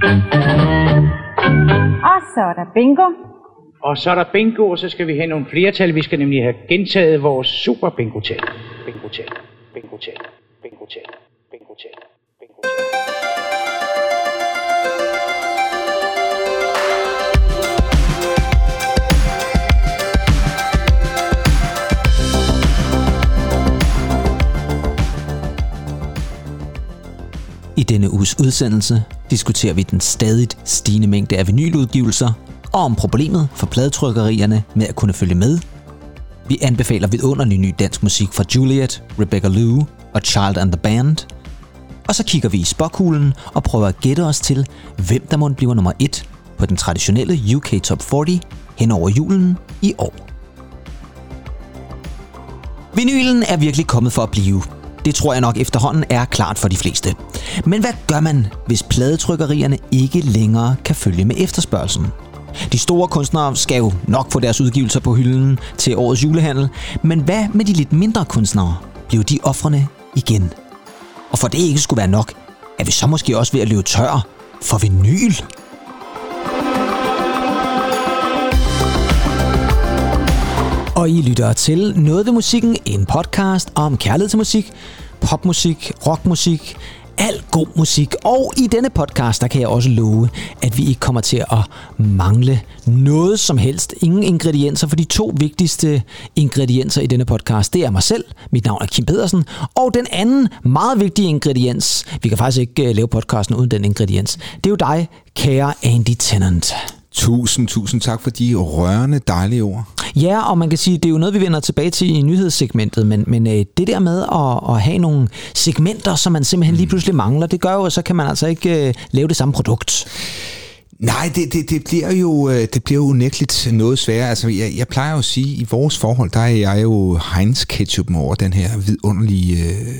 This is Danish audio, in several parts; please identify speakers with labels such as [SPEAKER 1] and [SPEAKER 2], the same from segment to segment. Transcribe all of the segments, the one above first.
[SPEAKER 1] Og så er der bingo.
[SPEAKER 2] Og så er der bingo, og så skal vi have nogle flertal. Vi skal nemlig have gentaget vores super bingo-tal. Bingo-tal, bingo-tal, bingo-tal, bingo-tal, bingo-tal.
[SPEAKER 3] I denne uges udsendelse diskuterer vi den stadigt stigende mængde af vinyludgivelser og om problemet for pladetrykkerierne med at kunne følge med. Vi anbefaler vidunderlig ny dansk musik fra Juliet, Rebecca Lou og Child and the Band. Og så kigger vi i spåkuglen og prøver at gætte os til, hvem der må bliver nummer 1 på den traditionelle UK Top 40 hen over julen i år. Vinylen er virkelig kommet for at blive. Det tror jeg nok efterhånden er klart for de fleste. Men hvad gør man, hvis pladetrykkerierne ikke længere kan følge med efterspørgselen? De store kunstnere skal jo nok få deres udgivelser på hylden til årets julehandel, men hvad med de lidt mindre kunstnere? Bliver de ofrene igen? Og for det ikke skulle være nok, er vi så måske også ved at løbe tør for vinyl? Og I lytter til Noget ved musikken, en podcast om kærlighed til musik, popmusik, rockmusik, al god musik. Og i denne podcast, der kan jeg også love, at vi ikke kommer til at mangle noget som helst. Ingen ingredienser, for de 2 vigtigste ingredienser i denne podcast, det er mig selv, mit navn er Kim Pedersen, og den anden meget vigtige ingrediens, vi kan faktisk ikke lave podcasten uden den ingrediens, det er jo dig, kære Andy Tennant.
[SPEAKER 4] Tusind tak for de rørende, dejlige ord.
[SPEAKER 3] Ja, og man kan sige, det er jo noget, vi vender tilbage til i nyhedssegmentet, men det der med at have nogle segmenter, som man simpelthen lige pludselig mangler, det gør jo, at så kan man altså ikke lave det samme produkt.
[SPEAKER 4] Nej, det bliver jo unægteligt noget sværere. Altså, jeg plejer jo at sige, i vores forhold, der er jeg jo Heinz-ketchupen over den her vidunderlige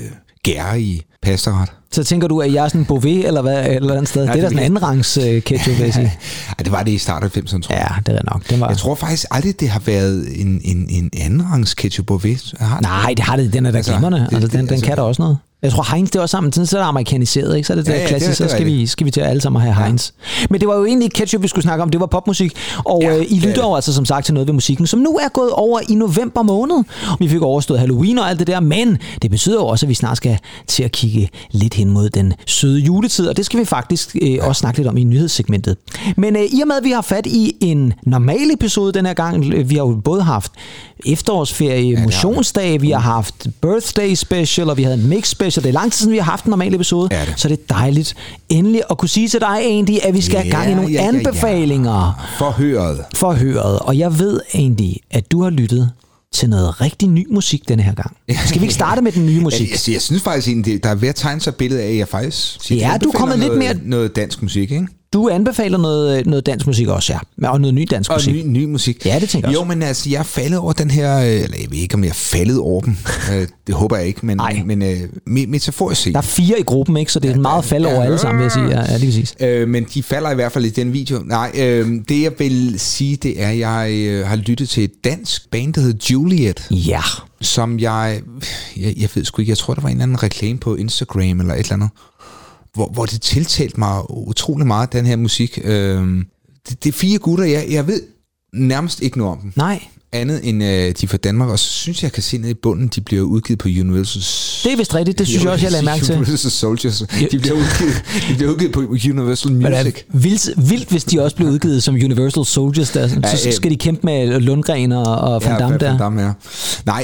[SPEAKER 4] gære i pastaret.
[SPEAKER 3] Så tænker du, at jeg er sådan en Beauvais, eller hvad, eller andet sted? Nej, det er da sådan en andenrangs ketchup, vil jeg sige.
[SPEAKER 4] Ja, det var det i starten af 90'erne, tror jeg.
[SPEAKER 3] Ja, det er nok. Det var... Jeg
[SPEAKER 4] tror faktisk aldrig, det har været en andenrangs ketchup Beauvais.
[SPEAKER 3] Nej, det har det. Den er da glimrende. Altså, den kan der også noget. Jeg tror, Heinz, det var sammen. Så er det amerikaniseret, ikke? Så er det der klassisk, så skal vi til alle sammen have Heinz. Men det var jo egentlig ikke ketchup, vi skulle snakke om. Det var popmusik. Og I lytter jo altså som sagt til Noget ved musikken, som nu er gået over i november måned. Vi fik overstået Halloween og alt det der, men det betyder jo også, at vi snart skal til at kigge lidt hen mod den søde juletid, og det skal vi faktisk også snakke lidt om i nyhedssegmentet. Men i og med, at vi har fat i en normal episode den her gang, vi har jo både haft efterårsferie, motionsdag, vi har haft birthday special, og vi havde en mix special. Det er lang tid siden, vi har haft en normal episode, så det er dejligt endelig at kunne sige til dig, Andy, at vi skal have gang i nogle anbefalinger. Forhøret. Og jeg ved, Andy, at du har lyttet til noget rigtig ny musik denne her gang. Skal vi ikke starte med den nye musik?
[SPEAKER 4] Jeg synes faktisk, at der er ved at tegne sig et billede af, at jeg faktisk
[SPEAKER 3] siger, du kommer lidt mere
[SPEAKER 4] noget dansk musik, ikke?
[SPEAKER 3] Du anbefaler noget dansk musik også, ja. Og noget ny dansk musik.
[SPEAKER 4] Og ny musik.
[SPEAKER 3] Ja, det tænker jeg også.
[SPEAKER 4] Jo, men altså, jeg er faldet over den her... Eller jeg ved ikke, om jeg er faldet over dem. Det håber jeg ikke, men metaforisk set.
[SPEAKER 3] Der er 4 i gruppen, ikke? Så det er meget fald over alle sammen, vil jeg sige. Ja, lige præcis.
[SPEAKER 4] Men de falder i hvert fald i den video. Nej, det jeg vil sige, det er, at jeg har lyttet til et dansk band, der hedder Juliet.
[SPEAKER 3] Ja.
[SPEAKER 4] Som jeg ved sgu ikke, jeg tror, der var en eller anden reklame på Instagram eller et eller andet. Hvor det tiltalte mig utrolig meget, den her musik. Det er 4 gutter, jeg ved nærmest ikke noget om dem.
[SPEAKER 3] Nej.
[SPEAKER 4] Andet end de er fra Danmark, og så synes jeg kan se ned i bunden, de bliver udgivet på Universal...
[SPEAKER 3] Det er vist rigtigt, det synes jeg også, jeg lagde mærke til.
[SPEAKER 4] Universal Soldiers. De bliver udgivet på Universal Music.
[SPEAKER 3] Vildt, hvis de også bliver udgivet som Universal Soldiers, der. Så skal de kæmpe med Lundgren og Van Damme der.
[SPEAKER 4] Van Damme, ja. Nej,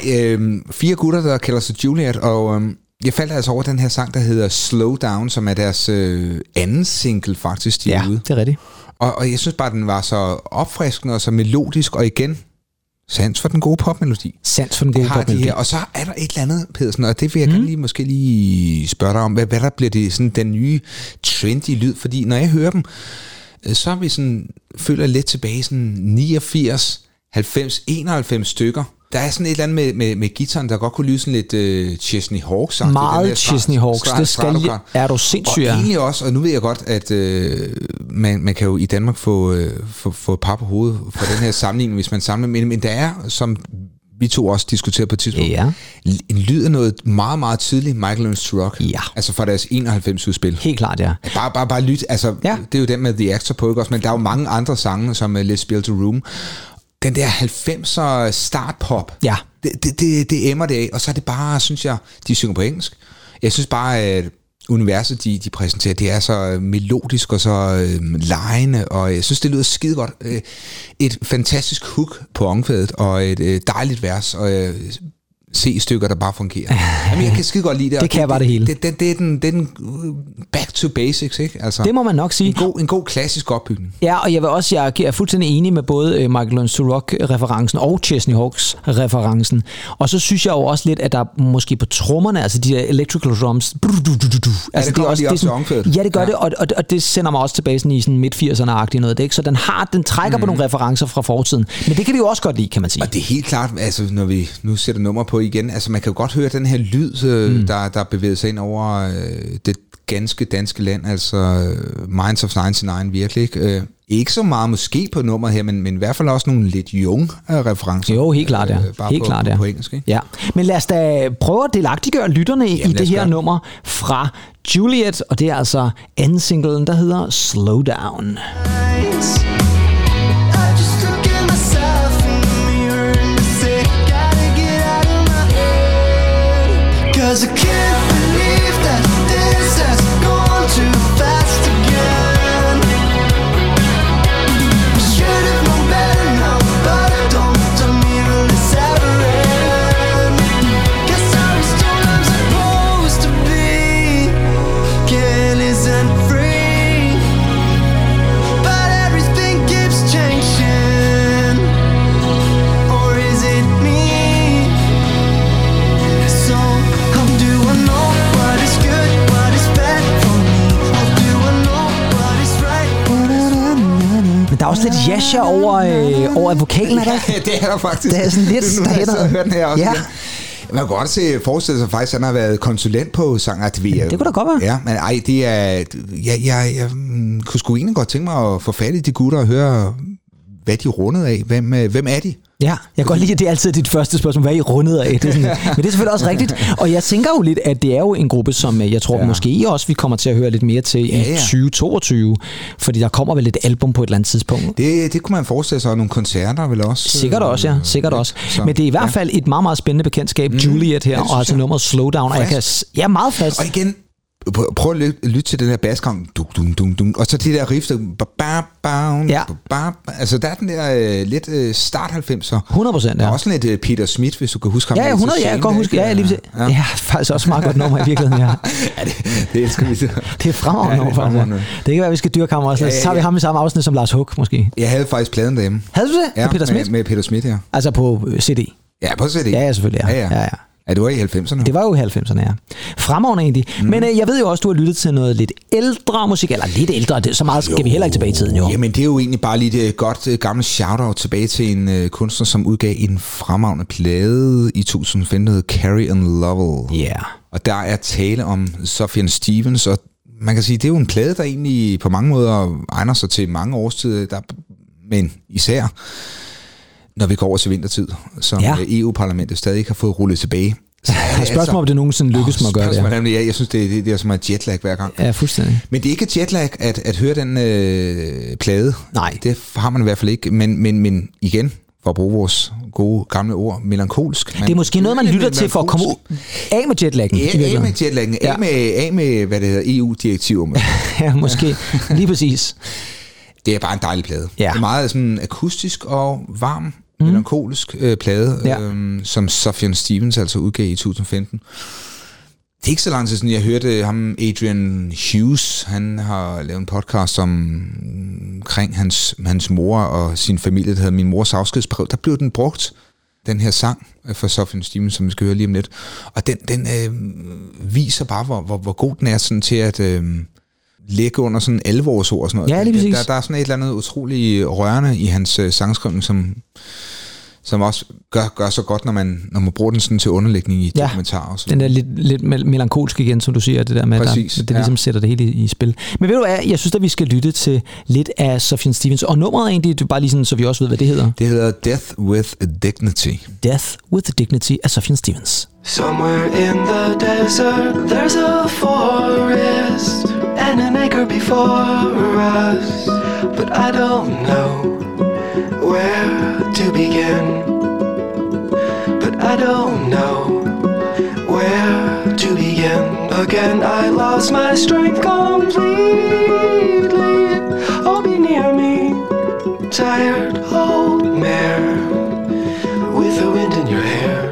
[SPEAKER 4] 4 gutter, der kalder sig Juliet, og... Jeg faldt altså over den her sang, der hedder Slow Down, som er deres anden single faktisk, de er ude.
[SPEAKER 3] Det er rigtigt.
[SPEAKER 4] Og jeg synes bare, den var så opfriskende og så melodisk, og igen, sans for den gode popmelodi.
[SPEAKER 3] Sans for den gode popmelodi.
[SPEAKER 4] Og så er der et eller andet, Pedersen, og det vil jeg gerne måske lige spørge dig om, hvad der bliver det sådan den nye trendy lyd, fordi når jeg hører dem, så er vi sådan, føler jeg lidt tilbage sådan 89, 90, 91 stykker. Der er sådan et eller andet med guitaren, der godt kunne lyde sådan lidt Chesney Hawks.
[SPEAKER 3] Meget Chesney Hawks, det skal er du sindssygt.
[SPEAKER 4] Og egentlig også, og nu ved jeg godt, at man kan jo i Danmark få et par på hovedet for den her sammenligning, hvis man samler, men der er, som vi to også diskuterede på et tidspunkt.
[SPEAKER 3] Ja.
[SPEAKER 4] En lyd af noget meget, meget tidligt Michael Learns to Rock.
[SPEAKER 3] Ja.
[SPEAKER 4] Altså fra deres 91-udspil.
[SPEAKER 3] Helt klart, ja.
[SPEAKER 4] Bare lyt. Altså, det er jo den med The Actor på, ikke også? Men der er jo mange andre sange, som Let's Build a Room. Den der 90'er startpop.
[SPEAKER 3] Ja.
[SPEAKER 4] Det emmer det af. Og så er det bare, synes jeg, de synger på engelsk. Jeg synes bare, at universet, de præsenterer, det er så melodisk og så legende, og jeg synes, det lyder skide godt. Et fantastisk hook på omkvædet, og et dejligt vers, og C-stykker, der bare fungerer. Jamen, jeg kan skide godt lide det.
[SPEAKER 3] Det kan bare det hele.
[SPEAKER 4] Det er den back to basics, ikke? Altså,
[SPEAKER 3] det må man nok sige.
[SPEAKER 4] En god klassisk opbygning.
[SPEAKER 3] Ja, og jeg er fuldstændig enig med både Michael Learns to Rock-referencen og Chesney Hawkes-referencen. Og så synes jeg jo også lidt, at der måske på trommerne, altså de der electrical drums, altså
[SPEAKER 4] det også til omkvædet.
[SPEAKER 3] Ja, det gør det, og det sender mig også tilbage sådan i sådan midt-80'erne-agtigt noget. Det, ikke? Så den trækker på nogle referencer fra fortiden. Men det kan vi jo også godt lide, kan man sige.
[SPEAKER 4] Og det er helt klart, altså når vi nu sætter nummer på igen, altså man kan jo godt høre den her lyd, der bevæger sig ind over det ganske danske land, altså Minds of 99 virkelig, ikke? Ikke så meget måske på nummeret her, men i hvert fald også nogle lidt young referencer.
[SPEAKER 3] Jo, helt klart, ja. Helt klart, ja.
[SPEAKER 4] På engelsk, ikke?
[SPEAKER 3] Ja. Men lad os da prøve at delagtiggøre lytterne i det her nummer fra Juliet, og det er altså anden singlen, der hedder Slow Down.
[SPEAKER 5] Cause I can't believe that this has gone too fast again. I should have known better now, but I don't, I'm nearly severing. Guess I was told I'm supposed to be careless and free, but everything keeps changing. Or is it me? So
[SPEAKER 3] men der er også lidt Yasha over vokalen, er der ikke?
[SPEAKER 4] Ja, det er der faktisk.
[SPEAKER 3] Det er sådan lidt
[SPEAKER 4] derhen. Den her også.
[SPEAKER 3] Ja.
[SPEAKER 4] Man kan godt forestille sig faktisk, at han har været konsulent på sang.
[SPEAKER 3] Det kunne da godt være.
[SPEAKER 4] Ja, men det er... Jeg kunne sgu egentlig godt tænke mig at få fat i de gutter og høre, hvad de rundede af. Hvem er de?
[SPEAKER 3] Ja, jeg kan godt lide, at det er altid dit første spørgsmål, hvad er I rundet af? Det er sådan, men det er selvfølgelig også rigtigt. Og jeg tænker jo lidt, at det er jo en gruppe, som jeg tror måske også, vi kommer til at høre lidt mere til i 2022. Fordi der kommer vel et album på et eller andet tidspunkt.
[SPEAKER 4] Det kunne man forestille sig, og nogle koncerter vel også.
[SPEAKER 3] Sikkert også, ja. Sikkert også. Så, men det er i hvert fald et meget, meget spændende bekendtskab, Juliet her, og altså nummeret Slow Down. Og jeg kan, meget fast.
[SPEAKER 4] Og igen, prøv at lytte til den her basgang, og så det der riff, altså der er den der lidt start 90'er.
[SPEAKER 3] 100%, ja.
[SPEAKER 4] Der er også lidt Peter Smith, hvis du kan huske ham.
[SPEAKER 3] Ja, 100, jeg kan godt huske. Ja, lige ja. Ja, faktisk også meget godt nummer i virkeligheden, ja.
[SPEAKER 4] Ja, det elsker vi.
[SPEAKER 3] Det er fremragende nummer, faktisk. Det kan være, vi skal dyrke ham også. Så har vi ham i samme afsnit som Lars Huck, måske.
[SPEAKER 4] Jeg havde faktisk pladen derhjemme.
[SPEAKER 3] Havde du det?
[SPEAKER 4] Ja,
[SPEAKER 3] med Peter Smith?
[SPEAKER 4] Med Peter Smith, ja.
[SPEAKER 3] Altså på CD?
[SPEAKER 4] Ja, på CD.
[SPEAKER 3] Ja, selvfølgelig, ja.
[SPEAKER 4] Ja, det var i 90'erne.
[SPEAKER 3] Det var jo i 90'erne, ja. Fremragende egentlig. Men jeg ved jo også, du har lyttet til noget lidt ældre musik, eller lidt ældre, så meget skal vi heller ikke tilbage i tiden, jo.
[SPEAKER 4] Jamen, det er jo egentlig bare lige et godt gammelt shout-out tilbage til en kunstner, som udgav en fremragende plade i 2015, der hedder Carrie and Lovell.
[SPEAKER 3] Ja. Yeah.
[SPEAKER 4] Og der er tale om Sufjan Stevens, og man kan sige, det er jo en plade, der egentlig på mange måder egner sig til mange årstider, men især når vi går over til vintertid, som EU-parlamentet stadig ikke har fået rullet tilbage.
[SPEAKER 3] Spørgsmål om det nogensinde lykkes mig at gøre det.
[SPEAKER 4] Ja, jeg synes, det er som en jetlag hver gang.
[SPEAKER 3] Ja, fuldstændig.
[SPEAKER 4] Men det er ikke et jetlag at høre den plade.
[SPEAKER 3] Nej.
[SPEAKER 4] Det har man i hvert fald ikke. Men igen, for at bruge vores gode gamle ord, melankolsk.
[SPEAKER 3] Det er måske noget, man lytter til for at komme af med jetlaggen.
[SPEAKER 4] Af med jetlaggen. Af med, hvad det hedder, EU-direktiver.
[SPEAKER 3] Ja, måske. Lige præcis.
[SPEAKER 4] Det er bare en dejlig plade.
[SPEAKER 3] Ja.
[SPEAKER 4] Det er meget sådan akustisk og varm, melankolisk plade, som Sufjan Stevens altså udgav i 2015. Det er ikke så lang tid siden, jeg hørte ham, Adrian Hughes. Han har lavet en podcast omkring hans mor og sin familie, der hedder Min Mors Afskedsbrev. Der blev den brugt, den her sang for Sufjan Stevens, som vi skal høre lige om lidt. Og den viser bare, hvor god den er sådan til at ligge under sådan alvorsord og sådan noget.
[SPEAKER 3] Ja, lige præcis.
[SPEAKER 4] Der er sådan et eller andet utroligt rørende i hans sangskrivning, som også gør så godt, når man bruger den sådan til underlægning i dokumentarer.
[SPEAKER 3] Den der lidt melankolsk igen, som du siger, det der med,
[SPEAKER 4] præcis,
[SPEAKER 3] det ligesom sætter det hele i spil. Men ved du hvad, jeg synes, at vi skal lytte til lidt af Sufjan Stevens, og nummeret egentlig, det er bare lige sådan, så vi også ved, hvad det hedder.
[SPEAKER 4] Det hedder Death with Dignity.
[SPEAKER 3] Death with Dignity af Sufjan Stevens.
[SPEAKER 5] Somewhere in the desert, there's a forest and an acre before us, but I don't know where to begin. But I don't know where to begin. Again, I lost my strength completely. Oh, be near me, tired old mare with the wind in your hair.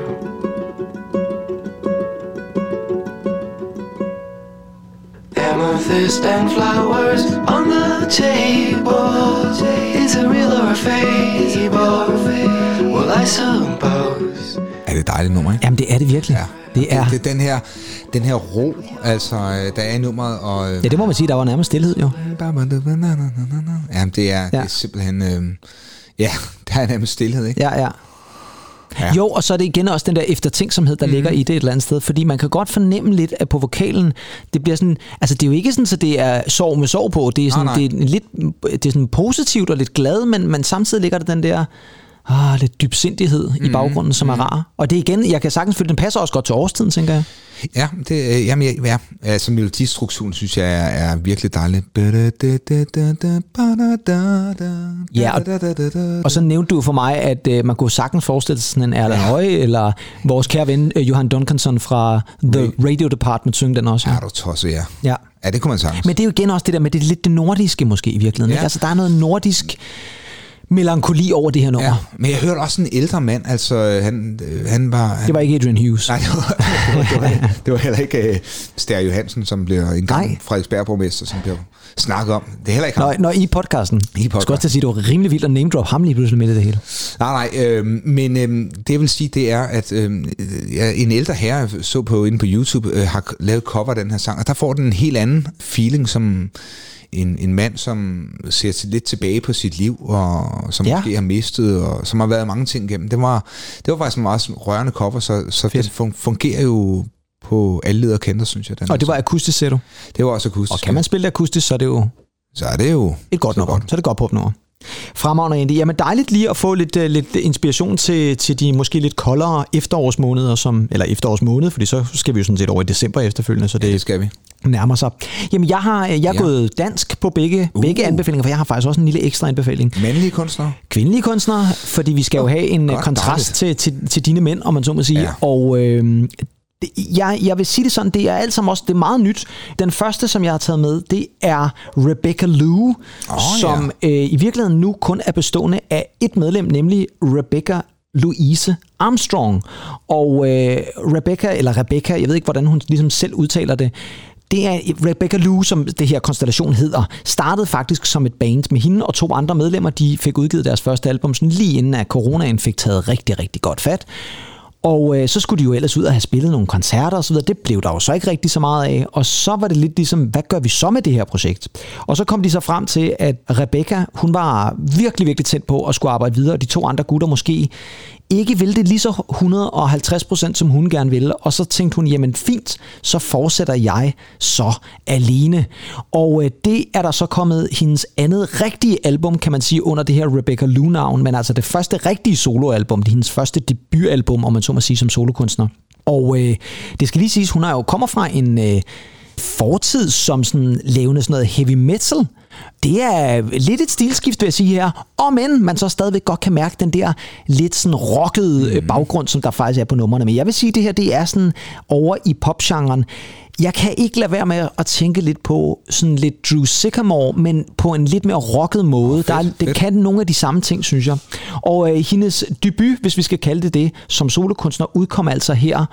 [SPEAKER 5] Amethyst and flowers on the table. Is it real or a fable? Well, I suppose.
[SPEAKER 4] Er det dejligt nummer, ikke?
[SPEAKER 3] Jamen, det er det virkelig.
[SPEAKER 4] Ja. Det er den her ro, altså, der er i nummeret. Og,
[SPEAKER 3] ja, det må man sige, der var nærmest stillhed, jo.
[SPEAKER 4] Jamen, det er simpelthen... der er nærmest stillhed, ikke?
[SPEAKER 3] Ja. Jo, og så er det igen også den der eftertænksomhed, der ligger i det et eller andet sted, fordi man kan godt fornemme lidt, at på vokalen, det bliver sådan, altså det er jo ikke sådan, så det er sorg med sorg på, det er sådan, det er sådan positivt og lidt glad, men samtidig ligger der den der lidt dybsindighed i baggrunden, som er rar. Og det er igen, jeg kan sagtens føle, den passer også godt til årstiden, tænker jeg.
[SPEAKER 4] Ja, altså melodistruktionen synes jeg er virkelig dejlig.
[SPEAKER 3] Ja, og så nævnte du for mig, at man kunne sagtens forestille sig sådan en Erland Høje, eller vores kære ven Johan Duncanson fra The Radio Department synge den også.
[SPEAKER 4] Ja, du tosset, ja. Ja, det kunne man sagtens.
[SPEAKER 3] Men det er jo igen også det der med, det er lidt det nordiske måske i virkeligheden. Ja. Altså der er noget nordisk melankoli over det her nummer.
[SPEAKER 4] Ja, men jeg hørte også en ældre mand, altså han var...
[SPEAKER 3] Det var ikke Adrian Hughes.
[SPEAKER 4] Nej, det var heller ikke Stær Johansen, som blev engang Frederiksberg-borgmester, som blev snakket om. Det er heller ikke ham.
[SPEAKER 3] Nå, i podcasten. Jeg skulle også til at sige, at det var rimelig vildt at name drop ham lige pludselig med det hele.
[SPEAKER 4] Men det jeg vil sige, det er, at en ældre herre så på inde på YouTube har lavet cover af den her sang, og der får den en helt anden feeling, som en mand, som ser lidt tilbage på sit liv, og som måske har mistet, og som har været mange ting igennem. Det var faktisk en meget rørende cover, så det fungerer jo på alle leder og kanter, synes jeg.
[SPEAKER 3] Og det var akustisk, ser du?
[SPEAKER 4] Det var også akustisk.
[SPEAKER 3] Og kan man spille det akustisk, så er det jo...
[SPEAKER 4] Så er det jo...
[SPEAKER 3] Et godt nummer. Så er det godt popnummer. Fremragende egentlig. Jamen dejligt lige at få lidt inspiration til de måske lidt koldere efterårsmåneder, eller efterårsmåned, fordi så skal vi jo sådan set over i december efterfølgende, så det
[SPEAKER 4] skal vi.
[SPEAKER 3] Nærmer sig. Jamen jeg er gået dansk på begge anbefalinger, for jeg har faktisk også en lille ekstra anbefaling.
[SPEAKER 4] Mandlige kunstnere?
[SPEAKER 3] Kvindelige kunstnere, fordi vi skal jo have en kontrast til dine mænd, om man så må sige. Ja. Og jeg vil sige det sådan, det er alt sammen også, det er meget nyt. Den første, som jeg har taget med, det er Rebecca Lou, som i virkeligheden nu kun er bestående af et medlem, nemlig Rebecca Louise Armstrong. Og Rebecca, jeg ved ikke, hvordan hun ligesom selv udtaler det, det er Rebecca Lou, som det her konstellation hedder, startede faktisk som et band med hende og 2 andre medlemmer. De fik udgivet deres første album sådan lige inden at coronaen fik taget rigtig, rigtig godt fat. Og så skulle de jo ellers ud og have spillet nogle koncerter og så videre. Det blev der jo så ikke rigtig så meget af. Og så var det lidt ligesom, hvad gør vi så med det her projekt? Og så kom de så frem til, at Rebecca, hun var virkelig, virkelig tæt på at skulle arbejde videre. Og de 2 andre gutter måske ikke ville det lige så 150%, som hun gerne ville. Og så tænkte hun, jamen fint, så fortsætter jeg så alene. Og det er der så kommet hendes andet rigtige album, kan man sige, under det her Rebecca Lou-navn. Men altså det første rigtige soloalbum, det er hendes første debutalbum, om man så må sige, som solokunstner. Og det skal lige siges, hun er jo kommer fra en fortid som sådan levende sådan noget heavy metal. Det er lidt et stilskift, vil jeg sige her. Men man så stadigvæk godt kan mærke den der lidt sådan rockede baggrund, som der faktisk er på numrene. Men jeg vil sige, det her, det er sådan over i popgenren. Jeg kan ikke lade være med at tænke lidt på sådan lidt Drew Sycamore, men på en lidt mere rocket måde. Det kan nogle af de samme ting, synes jeg. Og hendes debut, hvis vi skal kalde det, som solokunstner, udkom altså her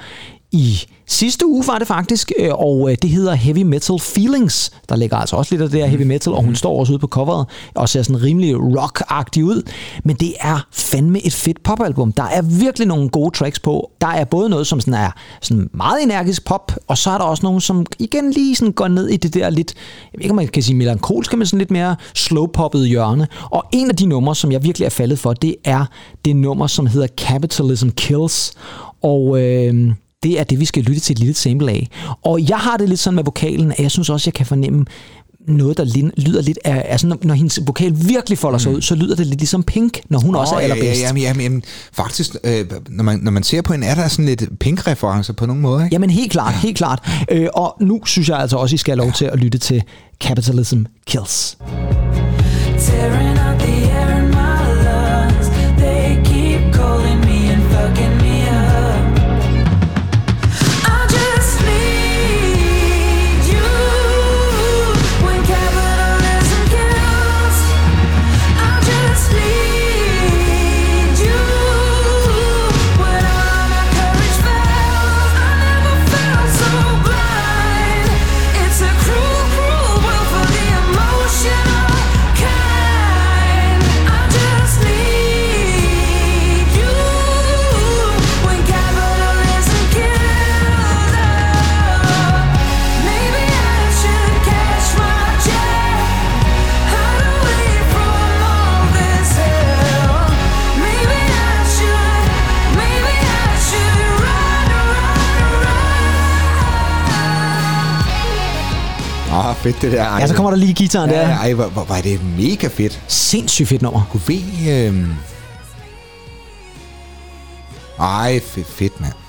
[SPEAKER 3] i sidste uge var det faktisk, og det hedder Heavy Metal Feelings. Der ligger altså også lidt af det her heavy metal, og hun står også ude på coveret, og ser sådan rimelig rock-agtig ud. Men det er fandme et fedt popalbum. Der er virkelig nogle gode tracks på. Der er både noget, som sådan er sådan meget energisk pop, og så er der også nogle, som igen lige sådan går ned i det der lidt, jeg ved ikke, om man kan sige melankolske, men sådan lidt mere slow-poppet hjørne. Og en af de numre, som jeg virkelig er faldet for, det er det nummer, som hedder Capitalism Kills. Og det er det, vi skal lytte til et lille sample af. Og jeg har det lidt sådan med vokalen, at jeg synes også, jeg kan fornemme noget, der lyder lidt af... Altså, når hendes vokal virkelig folder sig ud, så lyder det lidt ligesom Pink, når hun også er allerbedst.
[SPEAKER 4] Jamen, faktisk, når man ser på hende, er der sådan lidt Pink-referencer på nogle måder, ikke?
[SPEAKER 3] Jamen, helt klart, helt klart. Og nu synes jeg altså også, I skal have lov til at lytte til Capitalism Kills.
[SPEAKER 6] Tearing out the air in my lungs. They keep calling me and fucking me up. I just need you when capitalism kills. I just need you when all my courage fails. I never felt so blind. It's a cruel, cruel world for the emotional kind. I just need you when capitalism kills. Maybe I should catch my jet, hide away from all this hell. Maybe I should run.
[SPEAKER 4] Fedt det der. Ej,
[SPEAKER 3] Ja, så kommer der lige guitaren der.
[SPEAKER 4] Ej, hvor er det mega fedt.
[SPEAKER 3] Sindssygt fedt nummer.
[SPEAKER 4] Kunne vi... Ej, fedt, mand.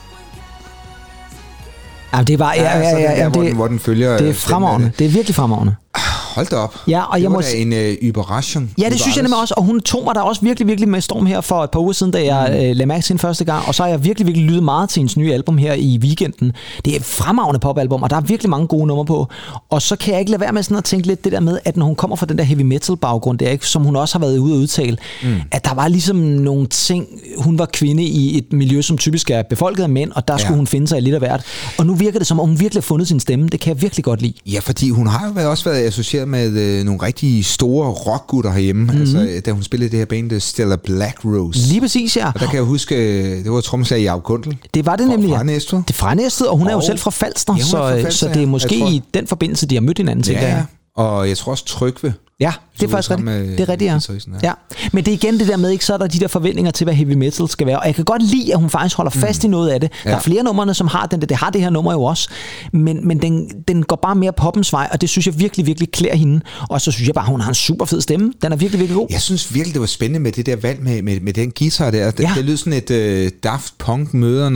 [SPEAKER 3] Ja, det er bare... Ja,
[SPEAKER 4] hvor den følger...
[SPEAKER 3] det er fremragende. Det er virkelig fremragende.
[SPEAKER 4] Hold da op.
[SPEAKER 3] Ja, og jeg må
[SPEAKER 4] da en Überraschung.
[SPEAKER 3] Ja, det synes jeg nemlig også, og hun tog mig da også virkelig med storm her for et par uger siden, da jeg lagde mærke til hende første gang, og så har jeg virkelig lyttet meget til hendes nye album her i weekenden. Det er et fremragende popalbum, og der er virkelig mange gode numre på, og så kan jeg ikke lade være med sådan at tænke lidt det der med, at når hun kommer fra den der heavy metal baggrund, det er ikke, som hun også har været ude at udtale, at der var ligesom nogle ting, hun var kvinde i et miljø, som typisk er befolket af mænd, og der skulle hun finde sig lidt af hvert, og nu virker det som om hun virkelig har fundet sin stemme. Det kan jeg virkelig godt lide.
[SPEAKER 4] Ja, fordi hun har jo også været associeret med nogle rigtig store rockgutter herhjemme, altså da hun spillede det her band Stella Black Rose.
[SPEAKER 3] Lige præcis, ja.
[SPEAKER 4] Og der kan jeg huske, det var trommeslager Jacob Kundel.
[SPEAKER 3] Det var det nemlig,
[SPEAKER 4] fra Næstved.
[SPEAKER 3] Det er fra Næstved, og hun er jo selv fra Falster, så det er måske i den forbindelse, de har mødt hinanden, tænker jeg.
[SPEAKER 4] Og jeg tror også Trygve.
[SPEAKER 3] Ja, det er faktisk rigtigt. Det er rigtigt, ja. Men det er igen det der med, ikke, så er der de der forventninger til, hvad heavy metal skal være. Og jeg kan godt lide, at hun faktisk holder fast i noget af det. Der er flere numrene, som har den. Det har det her nummer jo også. Men den går bare mere poppens vej, og det synes jeg virkelig klæder hende. Og så synes jeg bare, hun har en super fed stemme. Den er virkelig god.
[SPEAKER 4] Jeg synes virkelig, det var spændende med det der valg med den guitar der. Det lød sådan et Daft Punk møder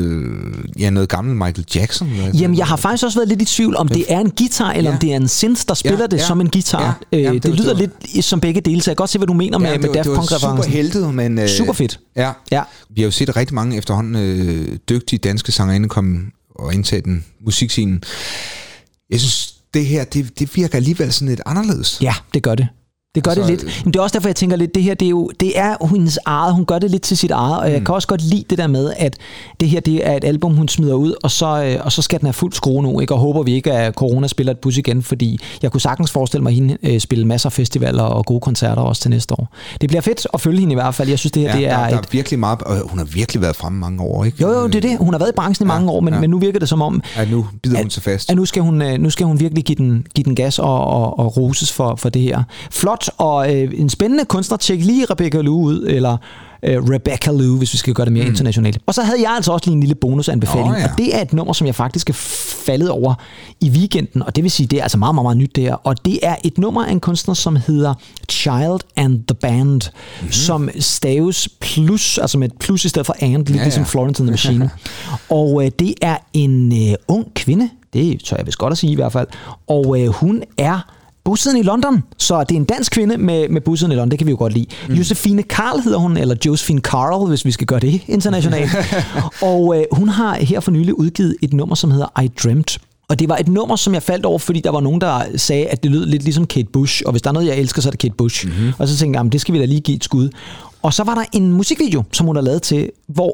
[SPEAKER 4] noget gammel Michael Jackson.
[SPEAKER 3] Jamen, jeg har faktisk også været lidt i tvivl, om det er en guitar, eller om det er en synth, der spiller det som en guitar. Det lyder lidt som begge dele, så jeg kan godt se, hvad du mener med Daft Punk-referencen.
[SPEAKER 4] Super heltet, men...
[SPEAKER 3] super fedt.
[SPEAKER 4] Ja. Vi har jo set rigtig mange efterhånden dygtige danske sangerinder komme og indtage den musikscenen. Jeg synes, det her, det virker alligevel sådan lidt anderledes.
[SPEAKER 3] Ja, det gør det. Det gør det lidt. Men det er også derfor, jeg tænker lidt, det her, det er hendes eget, hun gør det lidt til sit eget, og jeg kan også godt lide det der med, at det her, det er et album, hun smider ud, og så skal den have fuld skrue nu, ikke? Og håber vi ikke, at corona spiller et bus igen, fordi jeg kunne sagtens forestille mig, at hende spille masser af festivaler og gode koncerter også til næste år. Det bliver fedt at følge hende i hvert fald. Jeg synes, det her, det er... Der er virkelig meget, og hun har virkelig været fremme mange år, ikke? Jo, det er det. Hun har været i branchen i mange år, men nu virker det som om...
[SPEAKER 4] Ja, nu bider hun sig fast.
[SPEAKER 3] At nu skal hun virkelig give den gas og roses for det her. Flot, og en spændende kunstner. Tjek lige Rebecca Lou ud, eller Rebecca Lou, hvis vi skal gøre det mere internationalt. Og så havde jeg altså også lige en lille bonusanbefaling, og det er et nummer, som jeg faktisk er faldet over i weekenden, og det vil sige, det er altså meget, meget, meget nyt det her, og det er et nummer af en kunstner, som hedder Child and the Band, som staves plus, altså med et plus i stedet for and, lidt ligesom Florence and the Machine. Og det er en ung kvinde, det tør jeg vist godt at sige i hvert fald, og hun er bosiddende i London, så det er en dansk kvinde med bosiddende i London, det kan vi jo godt lide. Josefine Karl hedder hun, eller Josephine Carl, hvis vi skal gøre det internationalt. Og hun har her for nylig udgivet et nummer, som hedder I Dreamt. Og det var et nummer, som jeg faldt over, fordi der var nogen, der sagde, at det lød lidt ligesom Kate Bush, og hvis der er noget, jeg elsker, så er det Kate Bush. Og så tænkte jeg, det skal vi da lige give et skud. Og så var der en musikvideo, som hun har lavet til, hvor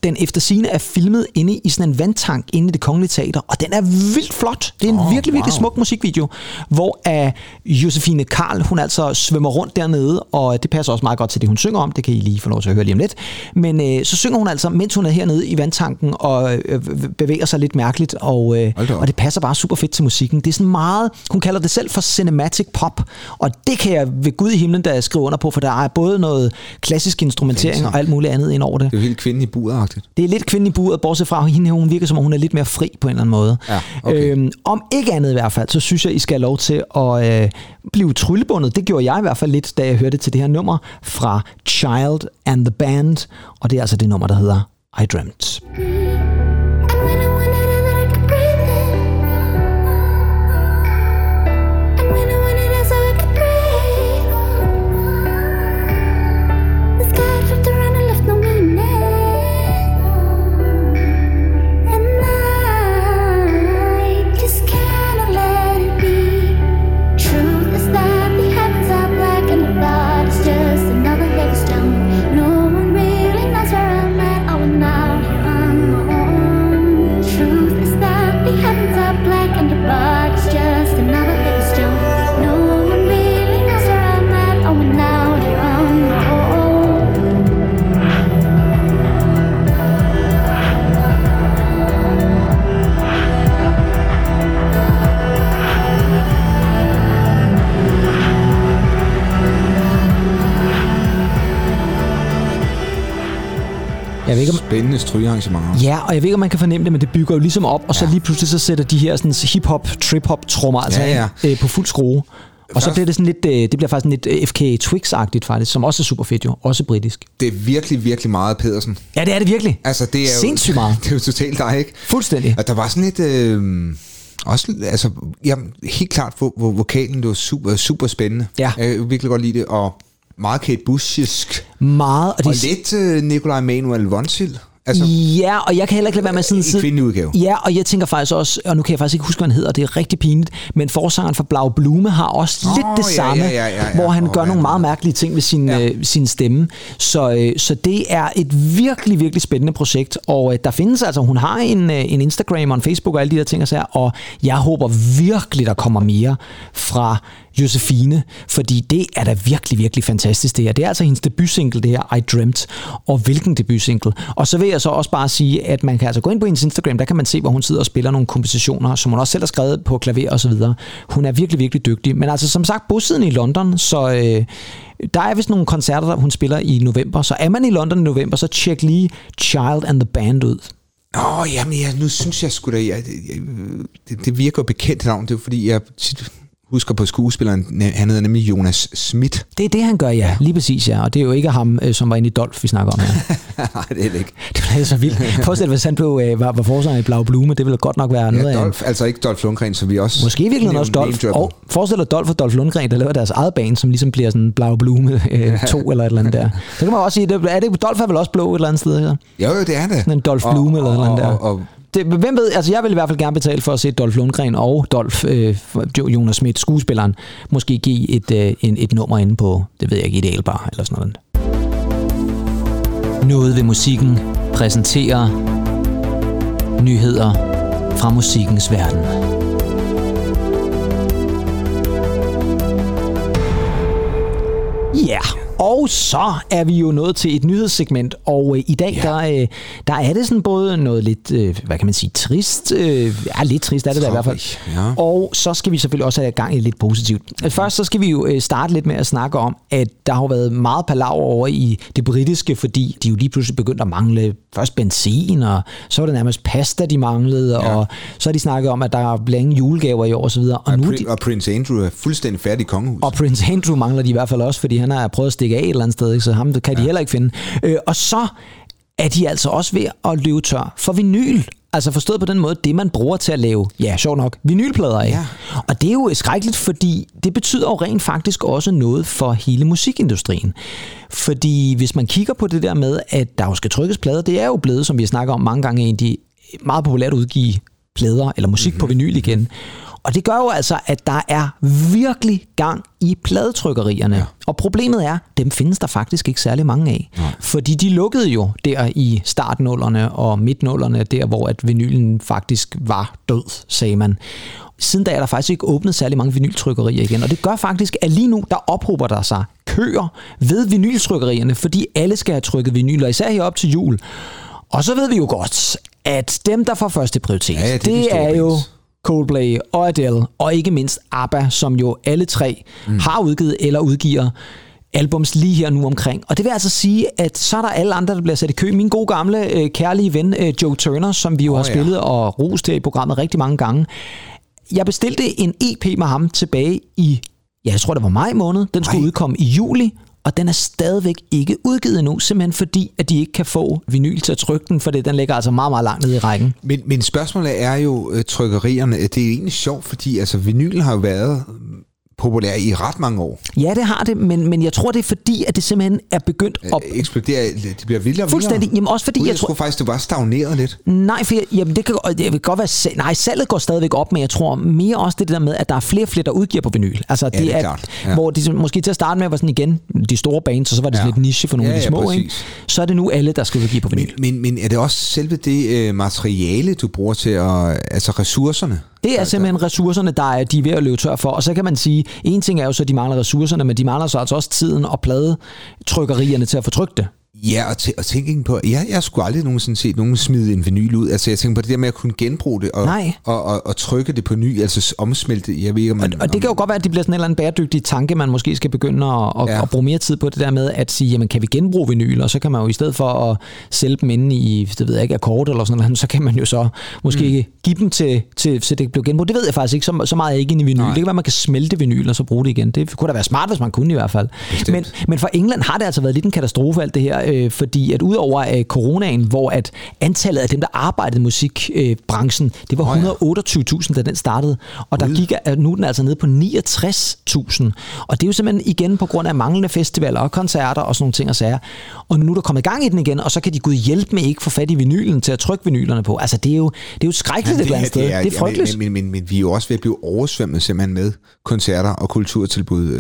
[SPEAKER 3] den efter sigende er filmet inde i sådan en vandtank inde i Det Kongelige Teater, og den er vildt flot. Det er en virkelig smuk musikvideo, hvor Josefine Karl, hun altså svømmer rundt dernede, og det passer også meget godt til det, hun synger om. Det kan I lige få lov til at høre lige om lidt. Men så synger hun altså, mens hun er hernede i vandtanken, og bevæger sig lidt mærkeligt, og det passer bare super fedt til musikken. Det er sådan meget, hun kalder det selv for cinematic pop, og det kan jeg ved Gud i himlen, da jeg skriver under på, for der er både noget klassisk instrumentering og alt muligt andet ind over det.
[SPEAKER 4] Det er jo helt kvinde i buret-agtigt.
[SPEAKER 3] Det er lidt kvinde i buret, bortset fra hende, hun virker som om hun er lidt mere fri på en eller anden måde.
[SPEAKER 4] Ja, okay.
[SPEAKER 3] Om ikke andet i hvert fald, så synes jeg, I skal have lov til at blive tryllebundet. Det gjorde jeg i hvert fald lidt, da jeg hørte til det her nummer fra Child and the Band, og det er altså det nummer, der hedder I Dreamt.
[SPEAKER 4] Spændende strygearrangementer.
[SPEAKER 3] Ja, og jeg ved ikke, om man kan fornemme det, men det bygger jo ligesom op, og så lige pludselig så sætter de her sådan hip-hop, trip-hop trommer altså på fuld skrue. Og så bliver det sådan lidt, det bliver faktisk lidt FK Twigs-agtigt faktisk, som også er super fedt jo, også britisk.
[SPEAKER 4] Det er virkelig, virkelig meget Pedersen.
[SPEAKER 3] Ja, det er det virkelig.
[SPEAKER 4] Altså, det er jo
[SPEAKER 3] sindssygt meget.
[SPEAKER 4] Det er jo totalt dig, ikke?
[SPEAKER 3] Fuldstændig.
[SPEAKER 4] Og der var sådan lidt... også, altså, ja, helt klart, hvor vokalen det var super spændende.
[SPEAKER 3] Ja.
[SPEAKER 4] Jeg kan virkelig godt lide det, og meget Kate Bush-isk.
[SPEAKER 3] Meget.
[SPEAKER 4] Og lidt Nikolaj Manuel Vonsild.
[SPEAKER 3] Altså, ja, og jeg kan heller ikke lade være med sådan
[SPEAKER 4] en kvindelig udgave.
[SPEAKER 3] Ja, og jeg tænker faktisk også, og nu kan jeg faktisk ikke huske, hvad han hedder, det er rigtig pinligt, men forsangeren for Blau Blume har også lidt det samme, hvor han gør nogle meget mærkelige ting med sin stemme. Så det er et virkelig, virkelig spændende projekt, og der findes altså, hun har en Instagram og en Facebook og alle de der ting og sager, og jeg håber virkelig, der kommer mere fra Josefine, fordi det er da virkelig, virkelig fantastisk det her. Det er altså hendes debutsingle, det her I Dreamt, og hvilken debutsingle. Og så vil jeg så også bare sige, at man kan altså gå ind på hendes Instagram, der kan man se, hvor hun sidder og spiller nogle kompositioner, som hun også selv har skrevet på klaver og så videre. Hun er virkelig, virkelig dygtig. Men altså som sagt, bosiddende i London, så der er vist nogle koncerter, der hun spiller i november. Så er man i London i november, så tjek lige Child and the Band ud.
[SPEAKER 4] Jamen, nu synes jeg sgu da, det virker bekendt navn. Det er fordi, jeg husker på skuespilleren, han hedder nemlig Jonas Schmidt.
[SPEAKER 3] Det er det, han gør, ja. Lige præcis, ja. Og det er jo ikke ham, som var inde i Dolph, vi snakker om her.
[SPEAKER 4] Nej, det er det ikke.
[SPEAKER 3] Det var så vildt. Forestil dig, hvis han var forsanger i Blau Blume, det ville godt nok være noget af...
[SPEAKER 4] Dolph, altså ikke Dolph Lundgren, så vi også...
[SPEAKER 3] Måske virkelig også Dolph. Og forestil dig Dolph og Dolph Lundgren, der laver deres eget band, som ligesom bliver sådan Blau Blume 2 eller et eller andet der. Så kan man også sige, Dolph er vel også blå et eller andet sted her?
[SPEAKER 4] Jo, det er det.
[SPEAKER 3] Sådan en Dolph Blume eller et eller andet der. Hvem ved, altså jeg vil i hvert fald gerne betale for at se Dolph Lundgren og Jonas Schmidt, skuespilleren, måske give et nummer inde på, det ved jeg ikke, Idealbar eller sådan noget. Noget ved musikken præsenterer nyheder fra musikkens verden. Ja. Og så er vi jo nået til et nyhedssegment, og i dag, der er det sådan både noget lidt, hvad kan man sige, trist. Lidt trist er det der i hvert fald. Ja. Og så skal vi selvfølgelig også have gang i lidt positivt. Først så skal vi jo starte lidt med at snakke om, at der har været meget palaver over i det britiske, fordi de jo lige pludselig begyndte at mangle først benzin, og så var det nærmest pasta, de manglede, og så har de snakket om, at der bliver ingen julegaver i år, og så videre.
[SPEAKER 4] Og Prince Andrew er fuldstændig færdig i kongehuset.
[SPEAKER 3] Og Prince Andrew mangler de i hvert fald også, fordi han har prøvet at stikke af et eller andet sted, ikke? Så ham kan de heller ikke finde. Og så er de altså også ved at løbe tør for vinyl. Altså forstået på den måde, det man bruger til at lave, ja, sjovt nok, vinylplader af. Ja. Og det er jo skrækkeligt, fordi det betyder jo rent faktisk også noget for hele musikindustrien. Fordi hvis man kigger på det der med, at der jo skal trykkes plader, det er jo blevet, som vi snakker om mange gange, egentlig meget populært at udgive plader eller musik på vinyl igen. Og det gør jo altså, at der er virkelig gang i pladetrykkerierne. Ja. Og problemet er, dem findes der faktisk ikke særlig mange af. Nej. Fordi de lukkede jo der i startnullerne og midtnullerne, der hvor at vinylen faktisk var død, sagde man. Siden da er der faktisk ikke åbnet særlig mange vinyltrykkerier igen. Og det gør faktisk, at lige nu, der ophober der sig køer ved vinyltrykkerierne, fordi alle skal have trykket vinyler, især herop til jul. Og så ved vi jo godt, at dem, der får første prioritet, det er jo Coldplay og Adele, og ikke mindst ABBA, som jo alle tre har udgivet eller udgiver albums lige her nu omkring. Og det vil altså sige, at så er der alle andre, der bliver sat i kø. Min gode gamle, kærlige ven, Joe Turner, som vi jo har spillet og rost her i programmet rigtig mange gange. Jeg bestilte en EP med ham tilbage i, jeg tror det var maj måned. Den skulle udkomme i juli, og den er stadigvæk ikke udgivet endnu, simpelthen fordi, at de ikke kan få vinyl til at trykke den, for den ligger altså meget, meget langt nede i rækken.
[SPEAKER 4] Men spørgsmålet er jo trykkerierne. Det er jo egentlig sjovt, fordi altså, vinyl har jo været populær i ret mange år.
[SPEAKER 3] Ja, det har det, men jeg tror, det er fordi, at det simpelthen er begyndt at
[SPEAKER 4] eksplodere. Det bliver vildere.
[SPEAKER 3] Fuldstændig. Jamen også fordi,
[SPEAKER 4] jeg tror faktisk, det var stagneret lidt.
[SPEAKER 3] Nej, for det kan godt være. Nej, salget går stadigvæk op, men jeg tror mere også det der med, at der er flere, der udgiver på vinyl. Altså, det er klart. Ja. Hvor de måske til at starte med var sådan igen de store bands, og så var det sådan lidt niche for nogle af de små, ikke? Så er det nu alle, der skal udgive på vinyl.
[SPEAKER 4] Men er det også selve det materiale, du bruger til at, altså ressourcerne?
[SPEAKER 3] Det er simpelthen ressourcerne, de er ved at løbe tør for. Og så kan man sige, en ting er jo så, at de mangler ressourcerne, men de mangler så altså også tiden og pladetrykkerierne til at få trykt det.
[SPEAKER 4] Ja, og tænk på, jeg skulle aldrig nogensinde set nogen smide en vinyl ud. Altså jeg tænker på det der med at kunne genbruge det og trykke det på ny, altså omsmelte. Jeg ved ikke,
[SPEAKER 3] og det kan jo godt være, at det bliver sådan en eller anden bæredygtig tanke, man måske skal begynde at bruge mere tid på det der med at sige, jamen kan vi genbruge vinyl, og så kan man jo i stedet for at sælge dem inde i, det ved jeg ikke, akkord eller sådan noget, så kan man jo så måske give dem til det bliver genbrugt. Det ved jeg faktisk ikke, så meget ikke ind i vinyl. Nej. Det kan være, man kan smelte vinyl og så bruge det igen. Det kunne da være smart, hvis man kunne i hvert fald. Men for England har det altså været lidt en katastrofe alt det her, fordi at udover coronaen, hvor at antallet af dem, der arbejdede i musikbranchen, det var 128.000, da den startede, og der gik, nu er den altså nede på 69.000. Og det er jo simpelthen igen på grund af manglende festivaler og koncerter og sådan nogle ting og sager. Og nu er der kommet gang i den igen, og så kan de gud hjælpe med ikke få fat i vinylen til at trykke vinylerne på. Altså det er jo et skrækkeligt et eller andet sted. Det er frygteligt.
[SPEAKER 4] Men vi er jo også ved at blive oversvømmet simpelthen med koncerter og kulturtilbud,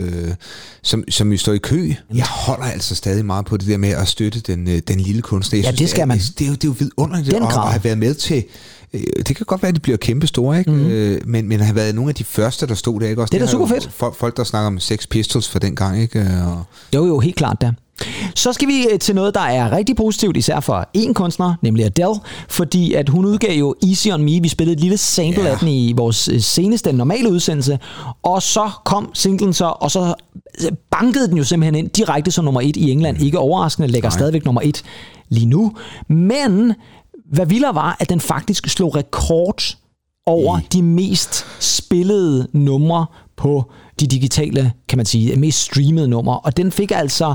[SPEAKER 4] som jo står i kø. Jeg holder altså stadig meget på det der med at støtte den lille kunstner.
[SPEAKER 3] Ja, det skal man.
[SPEAKER 4] Det er jo vidunderligt at have været med til. Det kan godt være, at de bliver kæmpe store, ikke? Men har været nogle af de første, der stod der, ikke? Også
[SPEAKER 3] det er da super fedt.
[SPEAKER 4] Folk, der snakker om Sex Pistols for den gang, ikke?
[SPEAKER 3] Jo, helt klart da. Så skal vi til noget, der er rigtig positivt, især for en kunstner, nemlig Adele, fordi at hun udgav jo Easy On Me. Vi spillede et lille sample af den i vores seneste normale udsendelse, og så kom singlen så, og så bankede den jo simpelthen ind direkte som nummer 1 i England. Ikke overraskende, lægger stadigvæk nummer 1 lige nu. Men hvad vildere var, at den faktisk slog rekord over de mest spillede numre på de digitale, kan man sige, mest streamede numre. Og den fik altså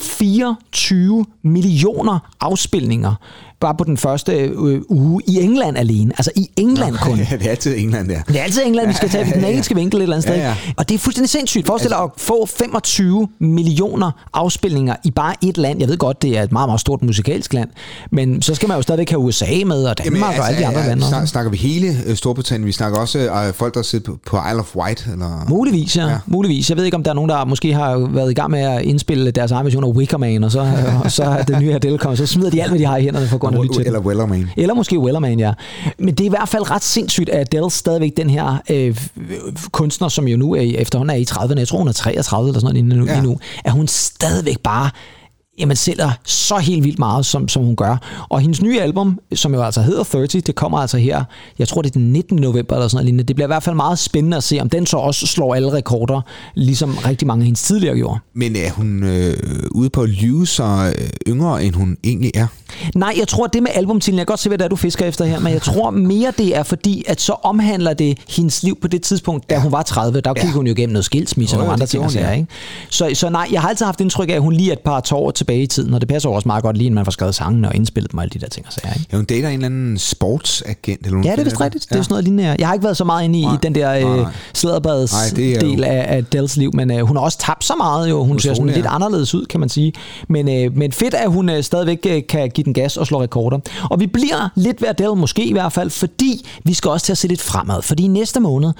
[SPEAKER 3] 24 millioner afspilninger bare på den første uge i England alene. Altså i England kun.
[SPEAKER 4] Ja, det er altid England, ja.
[SPEAKER 3] Det er altid England, vi skal tage den engelske vinkel et eller andet sted. Ja. Og det er fuldstændig sindssygt. Forestil dig at få 25 millioner afspilninger i bare et land. Jeg ved godt, det er et meget, meget stort musikalsk land, men så skal man jo stadigvæk have USA med, og Danmark og alle de andre lande.
[SPEAKER 4] Snakker vi hele Storbritannien? Vi snakker også folk, der sidder på Isle of Wight? Eller?
[SPEAKER 3] Muligvis, ja. Muligvis. Jeg ved ikke, om der er nogen, der måske har været i gang med at indspille deres egen version af Wicker Man, og så er det nye Adele kommet, så smider de alt, hvad de har i hænderne for at gå og lytte til.
[SPEAKER 4] Eller Wellerman.
[SPEAKER 3] Eller måske Wellerman, ja. Men det er i hvert fald ret sindssygt, at Adele stadigvæk den her kunstner, som jo nu efterhånden er i 30'erne, jeg tror hun er 33 eller sådan noget lige nu, at hun stadigvæk bare sælger så helt vildt meget, som hun gør. Og hendes nye album, som jo altså hedder 30, det kommer altså her, jeg tror det er den 19. november eller sådan noget lignende. Det bliver i hvert fald meget spændende at se, om den så også slår alle rekorder, ligesom rigtig mange af hendes tidligere gjorde.
[SPEAKER 4] Men er hun ude på at lyve så yngre, end hun egentlig er?
[SPEAKER 3] Nej, jeg tror, det med albumtitlen, jeg kan godt se, hvad det er, du fisker efter her, men jeg tror mere, det er fordi, at så omhandler det hendes liv på det tidspunkt, da hun var 30. Der gik hun jo igennem noget skilsmisse og nogle andre ting. Ikke? Så nej, jeg har altid haft indtryk af, at hun lige er et par år tilbage i tiden, og det passer også meget godt lige, når man får skrevet sangene og indspillet dem og alle de der ting. Ikke?
[SPEAKER 4] Ja, hun dater en eller anden sportsagent. Eller
[SPEAKER 3] ja, det er vist rigtigt. Det er sådan noget lignende. Jeg har ikke været så meget inde i den der sladderbads del af Adels liv, men hun har også tabt så meget. Jo. Hun ser sådan lidt anderledes ud, kan man sige. Men fedt, at hun stadigvæk kan give den gas og slå rekorder. Og vi bliver lidt ved Adele, måske i hvert fald, fordi vi skal også til at se lidt fremad. Fordi næste måned,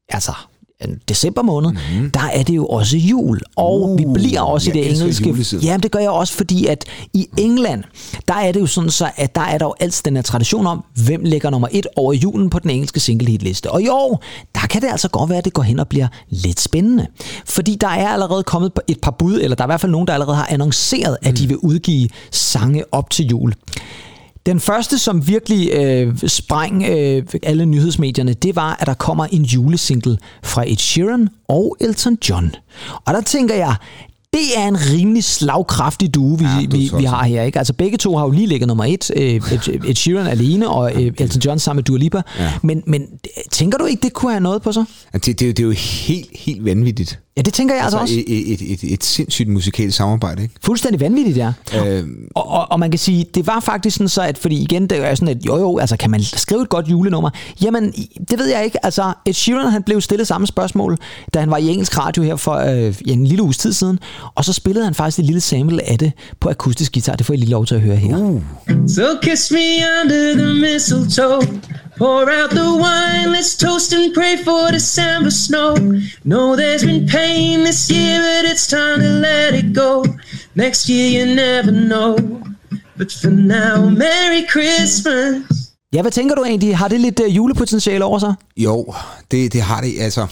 [SPEAKER 3] altså december måned, der er det jo også jul. Og vi bliver også i det engelske. Jamen, det gør jeg også, fordi at i England, der er det jo sådan så, at der er der jo altid den her tradition om, hvem ligger nummer 1 over julen på den engelske single hit liste. Og i år, der kan det altså godt være, at det går hen og bliver lidt spændende. Fordi der er allerede kommet et par bud, eller der er i hvert fald nogen, der allerede har annonceret, at de vil udgive sange op til jul. Den første, som virkelig spræng alle nyhedsmedierne, det var, at der kommer en julesingle fra Ed Sheeran og Elton John. Og der tænker jeg, det er en rimelig slagkraftig duo, vi har her, ikke? Altså begge to har jo lige ligget nummer 1, Ed Sheeran alene, og Elton John sammen med Dua Lipa. Ja. Men tænker du ikke, det kunne have noget på sig?
[SPEAKER 4] Det er jo helt vanvittigt.
[SPEAKER 3] Ja, det tænker jeg altså også.
[SPEAKER 4] Et sindssygt musikalt samarbejde, ikke?
[SPEAKER 3] Fuldstændig vanvittigt, ja. Og man kan sige, det var faktisk sådan så, at fordi igen, det er sådan, at jo, altså kan man skrive et godt julenummer? Jamen, det ved jeg ikke. Altså, Ed Sheeran, han blev stillet samme spørgsmål, da han var i engelsk radio her for en lille uges tid siden, og så spillede han faktisk et lille sample af det på akustisk guitar. Det får jeg lige lov til at høre her.
[SPEAKER 7] So kiss me under the mistletoe. Pour out the wine, let's toast and pray for December snow. No, there's been pain this year, but it's time to let it go. Next year you never know, but for now, Merry Christmas.
[SPEAKER 3] Ja, hvad tænker du egentlig? Har det lidt julepotentiale over sig?
[SPEAKER 4] Jo, det har det. Altså,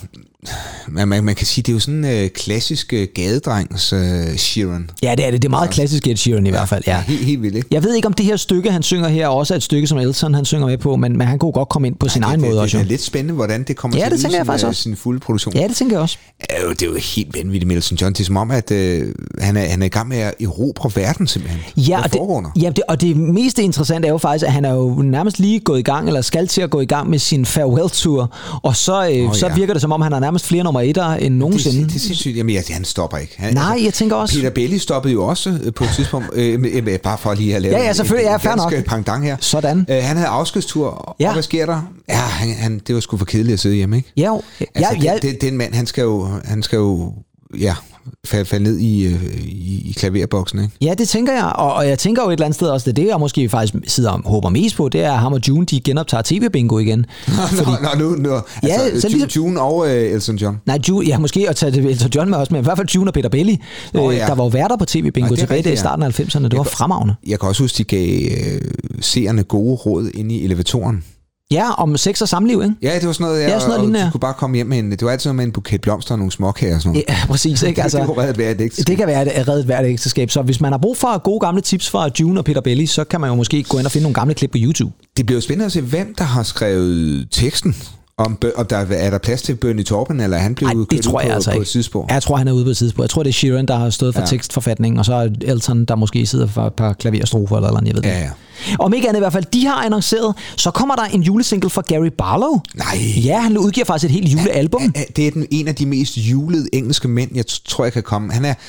[SPEAKER 4] man kan sige, det er jo sådan en klassisk gadedrengs Sheeran.
[SPEAKER 3] Ja, det er det. Det er meget klassisk Ed Sheeran i hvert fald. Ja.
[SPEAKER 4] Helt vildt, ikke?
[SPEAKER 3] Jeg ved ikke, om det her stykke, han synger her, også er et stykke, som Elton han synger med på, men han kunne godt komme ind på sin egen måde også.
[SPEAKER 4] Det er lidt spændende, hvordan det kommer til at sin fulde produktion.
[SPEAKER 3] Ja, det tænker jeg også.
[SPEAKER 4] Det er jo helt vanvittigt med Elton John. Det er som om, at han er i gang med at erobre verden simpelthen.
[SPEAKER 3] Ja, og det mest interessante er jo faktisk, at han er jo nærmest lige gået i gang, eller skal til at gå i gang med sin farewell-tour, og så virker det som om, han har nærmest flere nummer 1'er end nogensinde.
[SPEAKER 4] Det er sindssygt. Jamen, han stopper ikke.
[SPEAKER 3] Nej, jeg tænker også...
[SPEAKER 4] Peter Belli stoppede jo også på et tidspunkt, bare for lige at lave
[SPEAKER 3] ja, selvfølgelig, ja, fair nok.
[SPEAKER 4] Pendant her.
[SPEAKER 3] Sådan.
[SPEAKER 4] Han havde afskedstur, og hvad sker der? Ja, det var sgu for kedeligt at sidde hjemme, ikke?
[SPEAKER 3] Ja,
[SPEAKER 4] den mand, han skal jo falde ned i klaverboksen, ikke?
[SPEAKER 3] Ja, det tænker jeg, og jeg tænker jo et eller andet sted også, det jeg måske faktisk sidder og håber mest på, det er, at ham og June, de genoptager TV-bingo igen.
[SPEAKER 4] Nu. Altså, ligesom... June og Elton John.
[SPEAKER 3] Nej, June, ja, måske at tage Elton John med også, men i hvert fald June og Peter Belli, der var værter på TV-bingo tilbage i starten af 90'erne. Det var fremragende.
[SPEAKER 4] Jeg kan også huske, de gav seerne gode råd inde i elevatoren.
[SPEAKER 3] Ja, om sex og samliv, ikke?
[SPEAKER 4] Ja, det var sådan noget, og du kunne bare komme hjem med det var altid med en buket blomster og nogle småkager og sådan noget.
[SPEAKER 3] Ja, præcis, ikke? Altså,
[SPEAKER 4] det kunne redde hvert ægteskab.
[SPEAKER 3] Det kan være reddet hvert ægteskab. Så hvis man har brug for gode gamle tips fra June og Peter Belli, så kan man jo måske gå ind og finde nogle gamle klip på YouTube.
[SPEAKER 4] Det bliver jo spændende at se, hvem der har skrevet teksten. Om er der plads til Bernie Taupin, eller er han blevet kørt på et sidespor?
[SPEAKER 3] Jeg tror, han er ude på et sidespor. Jeg tror, det er Sheeran, der har stået for tekstforfatningen, og så er Elton, der måske sidder for et par klaverstrofer eller andet, jeg ved det.
[SPEAKER 4] Ja.
[SPEAKER 3] Om ikke andet i hvert fald, de har annonceret, så kommer der en julesingle fra Gary Barlow.
[SPEAKER 4] Nej.
[SPEAKER 3] Ja, han udgiver faktisk et helt julealbum.
[SPEAKER 4] Det er en af de mest julede engelske mænd, jeg tror, jeg kan komme.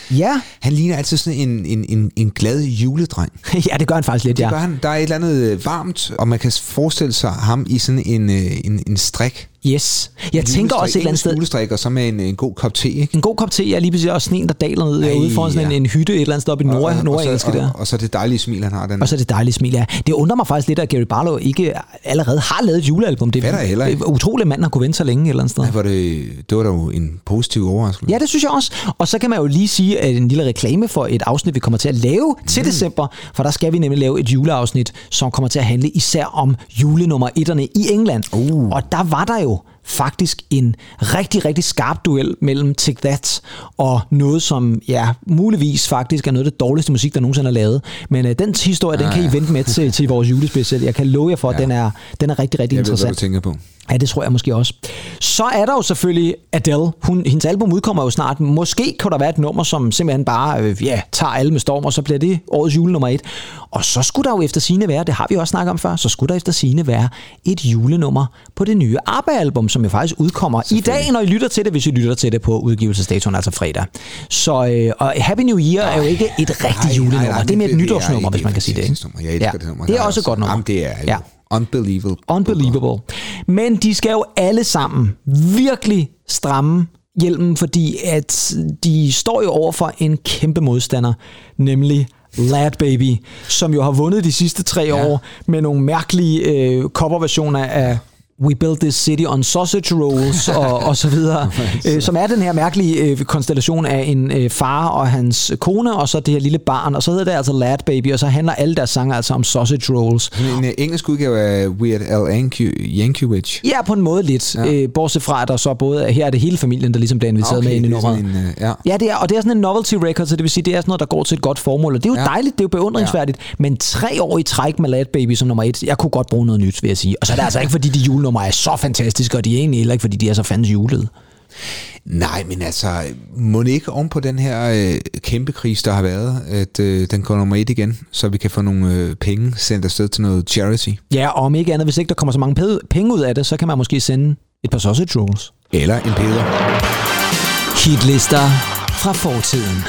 [SPEAKER 4] Han ligner altid sådan en glad juledreng.
[SPEAKER 3] Ja, det gør han faktisk lidt,
[SPEAKER 4] det gør han. Der er et eller andet varmt, og man kan forestille sig ham i sådan en strik.
[SPEAKER 3] Yes. Jeg tænker også et eller andet sted.
[SPEAKER 4] Julestrik, og så med en god kop te, ikke?
[SPEAKER 3] En god kop te, ja, lige præcis også sneen, der daler ned ude foran sådan en hytte et eller andet sted oppe i nordengelske der.
[SPEAKER 4] Og så det dejlige smil, han har.
[SPEAKER 3] Og så det dejlige smil, ja. Det undrer mig faktisk lidt, at Gary Barlow ikke allerede har lavet et julealbum. Det er utroligt, mand har kunne vente så længe et eller andet sted.
[SPEAKER 4] Ja, det var da jo en positiv overraskelse.
[SPEAKER 3] Ja, det synes jeg også. Og så kan man jo lige sige, at en lille reklame for et afsnit, vi kommer til at lave til december, for der skal vi nemlig lave et juleafsnit, som kommer til at handle især om julenummer 1'erne i England. Og der var der jo faktisk en rigtig, rigtig skarp duel mellem Take That og noget, som muligvis faktisk er noget af det dårligste musik, der nogensinde er lavet. Men den historie, den kan I vente med til vores julespecial. Jeg kan love jer for, at den er rigtig, rigtig interessant.
[SPEAKER 4] Jeg ved, hvad du tænker på.
[SPEAKER 3] Ja, det tror jeg måske også. Så er der jo selvfølgelig Adele. Hendes album udkommer jo snart. Måske kan der være et nummer, som simpelthen bare tager alle med storm, og så bliver det årets julenummer 1. Og så skulle der jo efter sigende være, det har vi også snakket om før, så skulle der efter sigende være et julenummer på det nye ABBA-album, som jo faktisk udkommer i dag, når I lytter til det, hvis I lytter til det på udgivelsesdatoen, altså fredag. Så og Happy New Year er jo ikke et rigtigt julenummer. Det er mere et nytårsnummer, hvis man kan sige det. Ikke?
[SPEAKER 4] Jeg elsker det nummer.
[SPEAKER 3] Det er også et godt nummer.
[SPEAKER 4] Jamen, det er jo
[SPEAKER 3] Unbelievable. Men de skal jo alle sammen virkelig stramme hjelmen, fordi at de står jo over for en kæmpe modstander, nemlig Lad Baby, som jo har vundet de sidste 3 år med nogle mærkelige coverversioner af We built this city on sausage rolls og så videre, som er den her mærkelige konstellation af en far og hans kone, og så det her lille barn, og så hedder det altså Lad Baby, og så handler alle deres sange altså om sausage rolls.
[SPEAKER 4] En engelsk udgave af Weird Al Yankovic.
[SPEAKER 3] Ja, på en måde lidt. Ja. Bortset fra, at der så både, her er det hele familien, der ligesom bliver inviteret med ind i nummeret. Ja, det er, og det er sådan en novelty record, så det vil sige, det er sådan noget, der går til et godt formål, og det er jo dejligt, det er jo beundringsværdigt, men 3 år i træk med Lad Baby som nummer 1, jeg kunne godt bruge noget nyt, vil jeg sige. Og så er det altså ikke, fordi de julenummer er så fantastiske, og de er egentlig heller ikke, fordi de er så fandens julede.
[SPEAKER 4] Nej, men altså, må det ikke oven på den her kæmpe kris, der har været, at den går nummer 1 igen, så vi kan få nogle penge sendt afsted til noget charity?
[SPEAKER 3] Ja, og om ikke andet, hvis ikke der kommer så mange penge ud af det, så kan man måske sende et par sausage rolls.
[SPEAKER 4] Eller en peder.
[SPEAKER 3] Hitlister fra fortiden.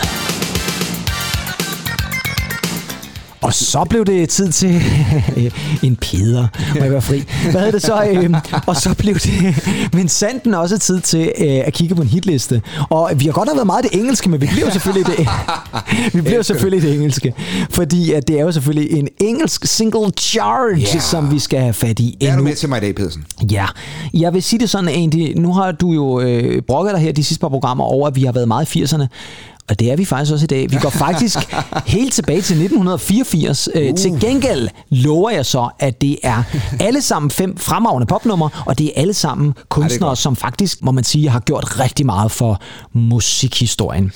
[SPEAKER 3] Og så blev det tid til en peder, må jeg være fri. Hvad hedder det så? Og så blev det men sandt også tid til at kigge på en hitliste. Og vi har godt nok været meget det engelske, men vi bliver selvfølgelig det engelske. Fordi at det er jo selvfølgelig en engelsk single charge, som vi skal have fat i.
[SPEAKER 4] Er du med til mig i dag, Pedersen?
[SPEAKER 3] Ja. Jeg vil sige det sådan egentlig. Nu har du jo brokket dig her de sidste par programmer over, at vi har været meget i 80'erne. Og det er vi faktisk også i dag. Vi går faktisk helt tilbage til 1984. Til gengæld lover jeg så, at det er alle sammen 5 fremragende popnumre, og det er alle sammen kunstnere, som faktisk, må man sige, har gjort rigtig meget for musikhistorien.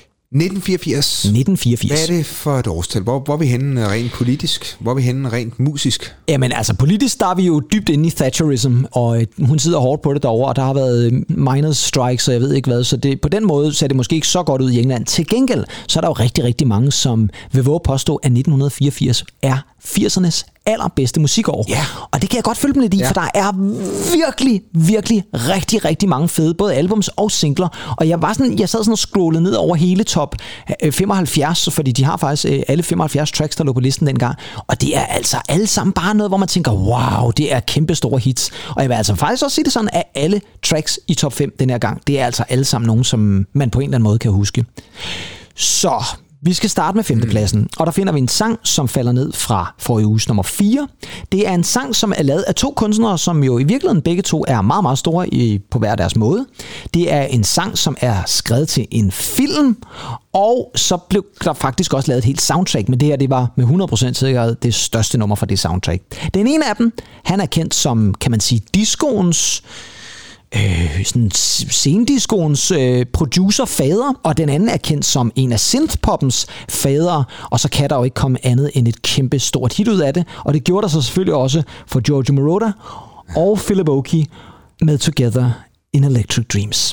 [SPEAKER 3] 1984.
[SPEAKER 4] Hvad er det for et årstal? Hvor er vi henne rent politisk? Hvor er vi henne rent musisk?
[SPEAKER 3] Jamen altså politisk, der er vi jo dybt inde i Thatcherism, og hun sidder hårdt på det derovre, og der har været miners strikes, og jeg ved ikke hvad, så det, på den måde ser det måske ikke så godt ud i England. Til gengæld, så er der jo rigtig, rigtig mange, som vil våge påstå, at 1984 er 80'ernes allerbedste musikår.
[SPEAKER 4] Yeah.
[SPEAKER 3] Og det kan jeg godt følge dem lidt i, for der er virkelig, virkelig rigtig, rigtig mange fede, både albums og singler. Og jeg sad sådan og scrollede ned over hele top 75, fordi de har faktisk alle 75 tracks, der lå på listen dengang. Og det er altså alle sammen bare noget, hvor man tænker, wow, det er kæmpe store hits. Og jeg vil altså faktisk også sige det sådan, at alle tracks i top 5 den her gang, det er altså alle sammen nogen, som man på en eller anden måde kan huske. Så vi skal starte med 5. pladsen, og der finder vi en sang, som falder ned fra forrige uges nummer 4. Det er en sang, som er lavet af 2 kunstnere, som jo i virkeligheden begge to er meget, meget store på hver deres måde. Det er en sang, som er skrevet til en film, og så blev der faktisk også lavet et helt soundtrack, men det her, det var med 100% sikkerhed det største nummer fra det soundtrack. Den ene af dem, han er kendt som, kan man sige, discoens sådan scendiscoens producer-fader, og den anden er kendt som en af synthpoppens fader, og så kan der jo ikke komme andet end et kæmpe stort hit ud af det, og det gjorde der så selvfølgelig også for Giorgio Moroder og Philip Oakey med Together in Electric Dreams.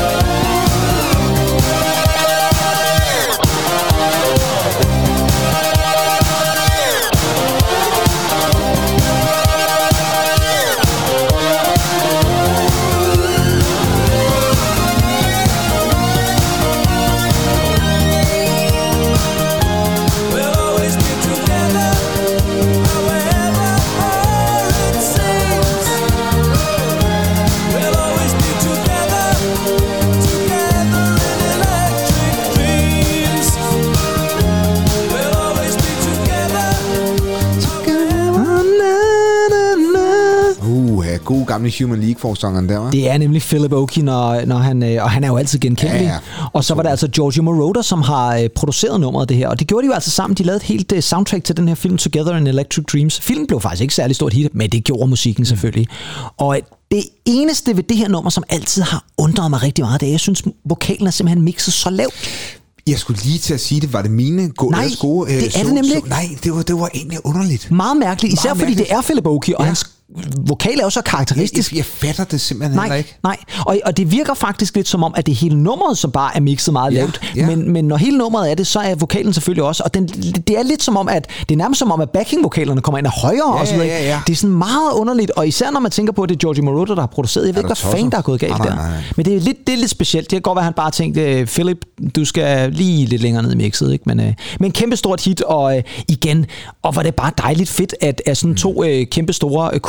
[SPEAKER 4] God gamle Human League-forsangeren der, hva'?
[SPEAKER 3] Det er nemlig Philip Oakey, når han, og han er jo altid genkendelig. Ja. Og så var der altså Giorgio Moroder, som har produceret nummeret det her, og det gjorde de jo altså sammen. De lavede et helt soundtrack til den her film, Together in Electric Dreams. Filmen blev faktisk ikke særlig stort hit, men det gjorde musikken selvfølgelig. Og det eneste ved det her nummer, som altid har undret mig rigtig meget, det er, jeg synes, vokalen er simpelthen mixet så lavt.
[SPEAKER 4] Jeg skulle lige til at sige det. Var det mine gode?
[SPEAKER 3] Nej, det er det nemlig ikke.
[SPEAKER 4] Nej, det var egentlig underligt.
[SPEAKER 3] Meget mærkeligt, især fordi det er Philip Oakey, og hans vokal er jo så karakteristisk.
[SPEAKER 4] Jeg fatter det simpelthen heller ikke.
[SPEAKER 3] Nej, og det virker faktisk lidt som om, at det hele nummeret som bare er mixet meget lavt. Ja. Men når hele nummeret er det, så er vokalen selvfølgelig også. Og det er lidt som om, at det er nærmest som om, at backing-vokalerne kommer ind og højere og sådan noget. Ja. Det er sådan meget underligt, og især når man tænker på, at det er Giorgio Moroder, der har produceret. Jeg ved ikke, hvad fanden der er gået galt der. Men det er lidt specielt. Det kan godt være, at han bare tænkte, Philip, du skal lige lidt længere ned i mixet, ikke? Men kæmpe stort hit, og igen, og var det bare dejligt fedt, at sådan 2 kæmpe store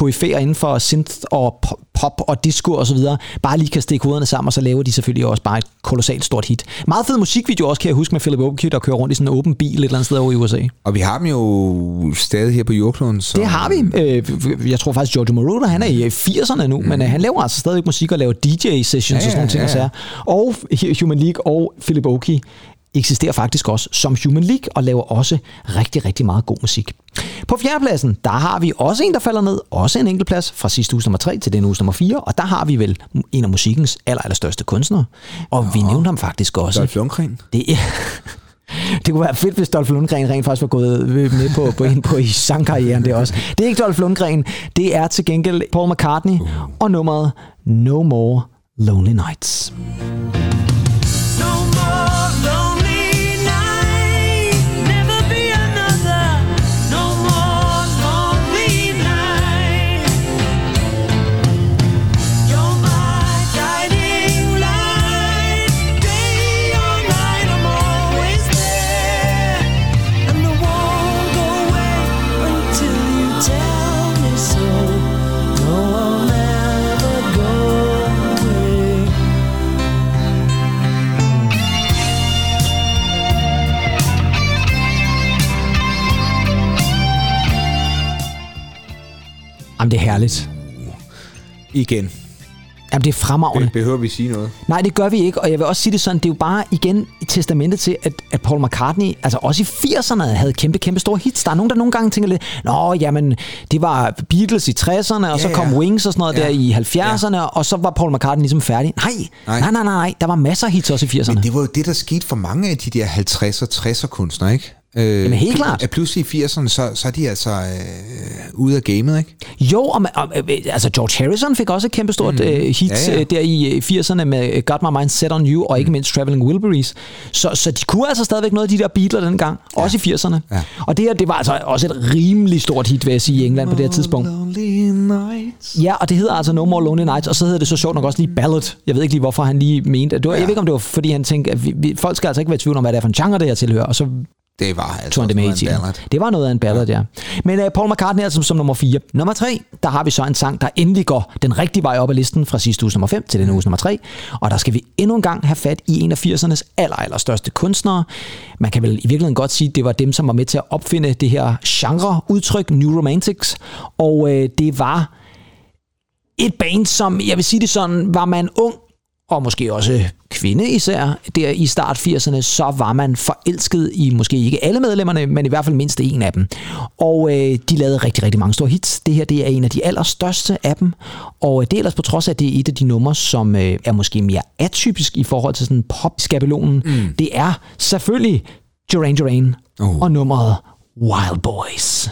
[SPEAKER 3] koryfæer inden for synth og pop og disco og så videre, bare lige kan stikke hovederne sammen, og så laver de selvfølgelig også bare et kolossalt stort hit. Meget fed musikvideo også, kan jeg huske, med Philip Oakey, der kører rundt i sådan en åben bil et eller andet sted over i USA.
[SPEAKER 4] Og vi har dem jo stadig her på jordkloden. Så...
[SPEAKER 3] Det har vi. Jeg tror faktisk, Giorgio Moroder, han er i 80'erne nu, men han laver altså stadig musik og laver DJ-sessions og sådan nogle ting og sager. Og Human League og Philip Oakey eksisterer faktisk også som Human League og laver også rigtig, rigtig meget god musik. På fjerdepladsen, der har vi også en, der falder ned, også en enkelt plads fra sidste uge nummer 3 til denne uge nummer 4, og der har vi vel en af musikkens allerstørste kunstnere, og vi nævnte ham faktisk også.
[SPEAKER 4] Dolph Lundgren.
[SPEAKER 3] Det kunne være fedt, hvis Dolph Lundgren rent faktisk var gået med på i sangkarrieren det også. Det er ikke Dolph Lundgren, det er til gengæld Paul McCartney og nummeret No More Lonely Nights. Jamen, det er herligt.
[SPEAKER 4] Igen.
[SPEAKER 3] Jamen, det er fremragende.
[SPEAKER 4] Behøver vi sige noget?
[SPEAKER 3] Nej, det gør vi ikke, og jeg vil også sige det sådan, det er jo bare igen et testamente til, at Paul McCartney, altså også i 80'erne, havde kæmpe store hits. Der er nogen, der nogle gange tænker lidt, jamen, det var Beatles i 60'erne, og så kom Wings og sådan noget der i 70'erne, og så var Paul McCartney ligesom færdig. Nej, der var masser af hits også i 80'erne.
[SPEAKER 4] Men det var jo det, der skete for mange af de der 50'er, 60'er kunstnere, ikke?
[SPEAKER 3] Jamen helt klart.
[SPEAKER 4] At pludselig i 80'erne, så er de altså ude af gamet, ikke?
[SPEAKER 3] Jo, altså George Harrison fik også et kæmpestort hit der i 80'erne med Got My Mind Set On You, og ikke mindst Traveling Wilburys. Så de kunne altså stadigvæk noget af de der Beatles dengang, også i 80'erne. Ja. Og det var altså også et rimelig stort hit, vil jeg sige, i England på det her tidspunkt. Ja, og det hedder altså No More Lonely Nights, og så hedder det så sjovt nok også lige Ballad. Jeg ved ikke lige, hvorfor han lige mente. Jeg ved ikke, om det var, fordi han tænkte, at folk skal altså ikke være i tvivl om, hvad det er for en genre, det her tilhører, og så
[SPEAKER 4] det var altså noget af en ballad.
[SPEAKER 3] Det var noget af en ballad, ja. Men Paul McCartney er som nummer 4. Nummer 3, der har vi så en sang, der endelig går den rigtige vej op ad listen fra sidste uge nummer 5 til denne uge nummer 3. Og der skal vi endnu en gang have fat i en af 80'ernes allerstørste kunstnere. Man kan vel i virkeligheden godt sige, at det var dem, som var med til at opfinde det her genre-udtryk, New Romantics. Og det var et band, som, jeg vil sige det sådan, var man ung, og måske også kvinde især, der i start 80'erne, så var man forelsket i måske ikke alle medlemmerne, men i hvert fald mindst en af dem. Og de lavede rigtig mange store hits. Det her, det er en af de allerstørste af dem, og det er ellers på trods af, at det er et af de numre, som er måske mere atypisk i forhold til sådan pop-skabelonen. Det er selvfølgelig Duran Duran og nummeret Wild Boys.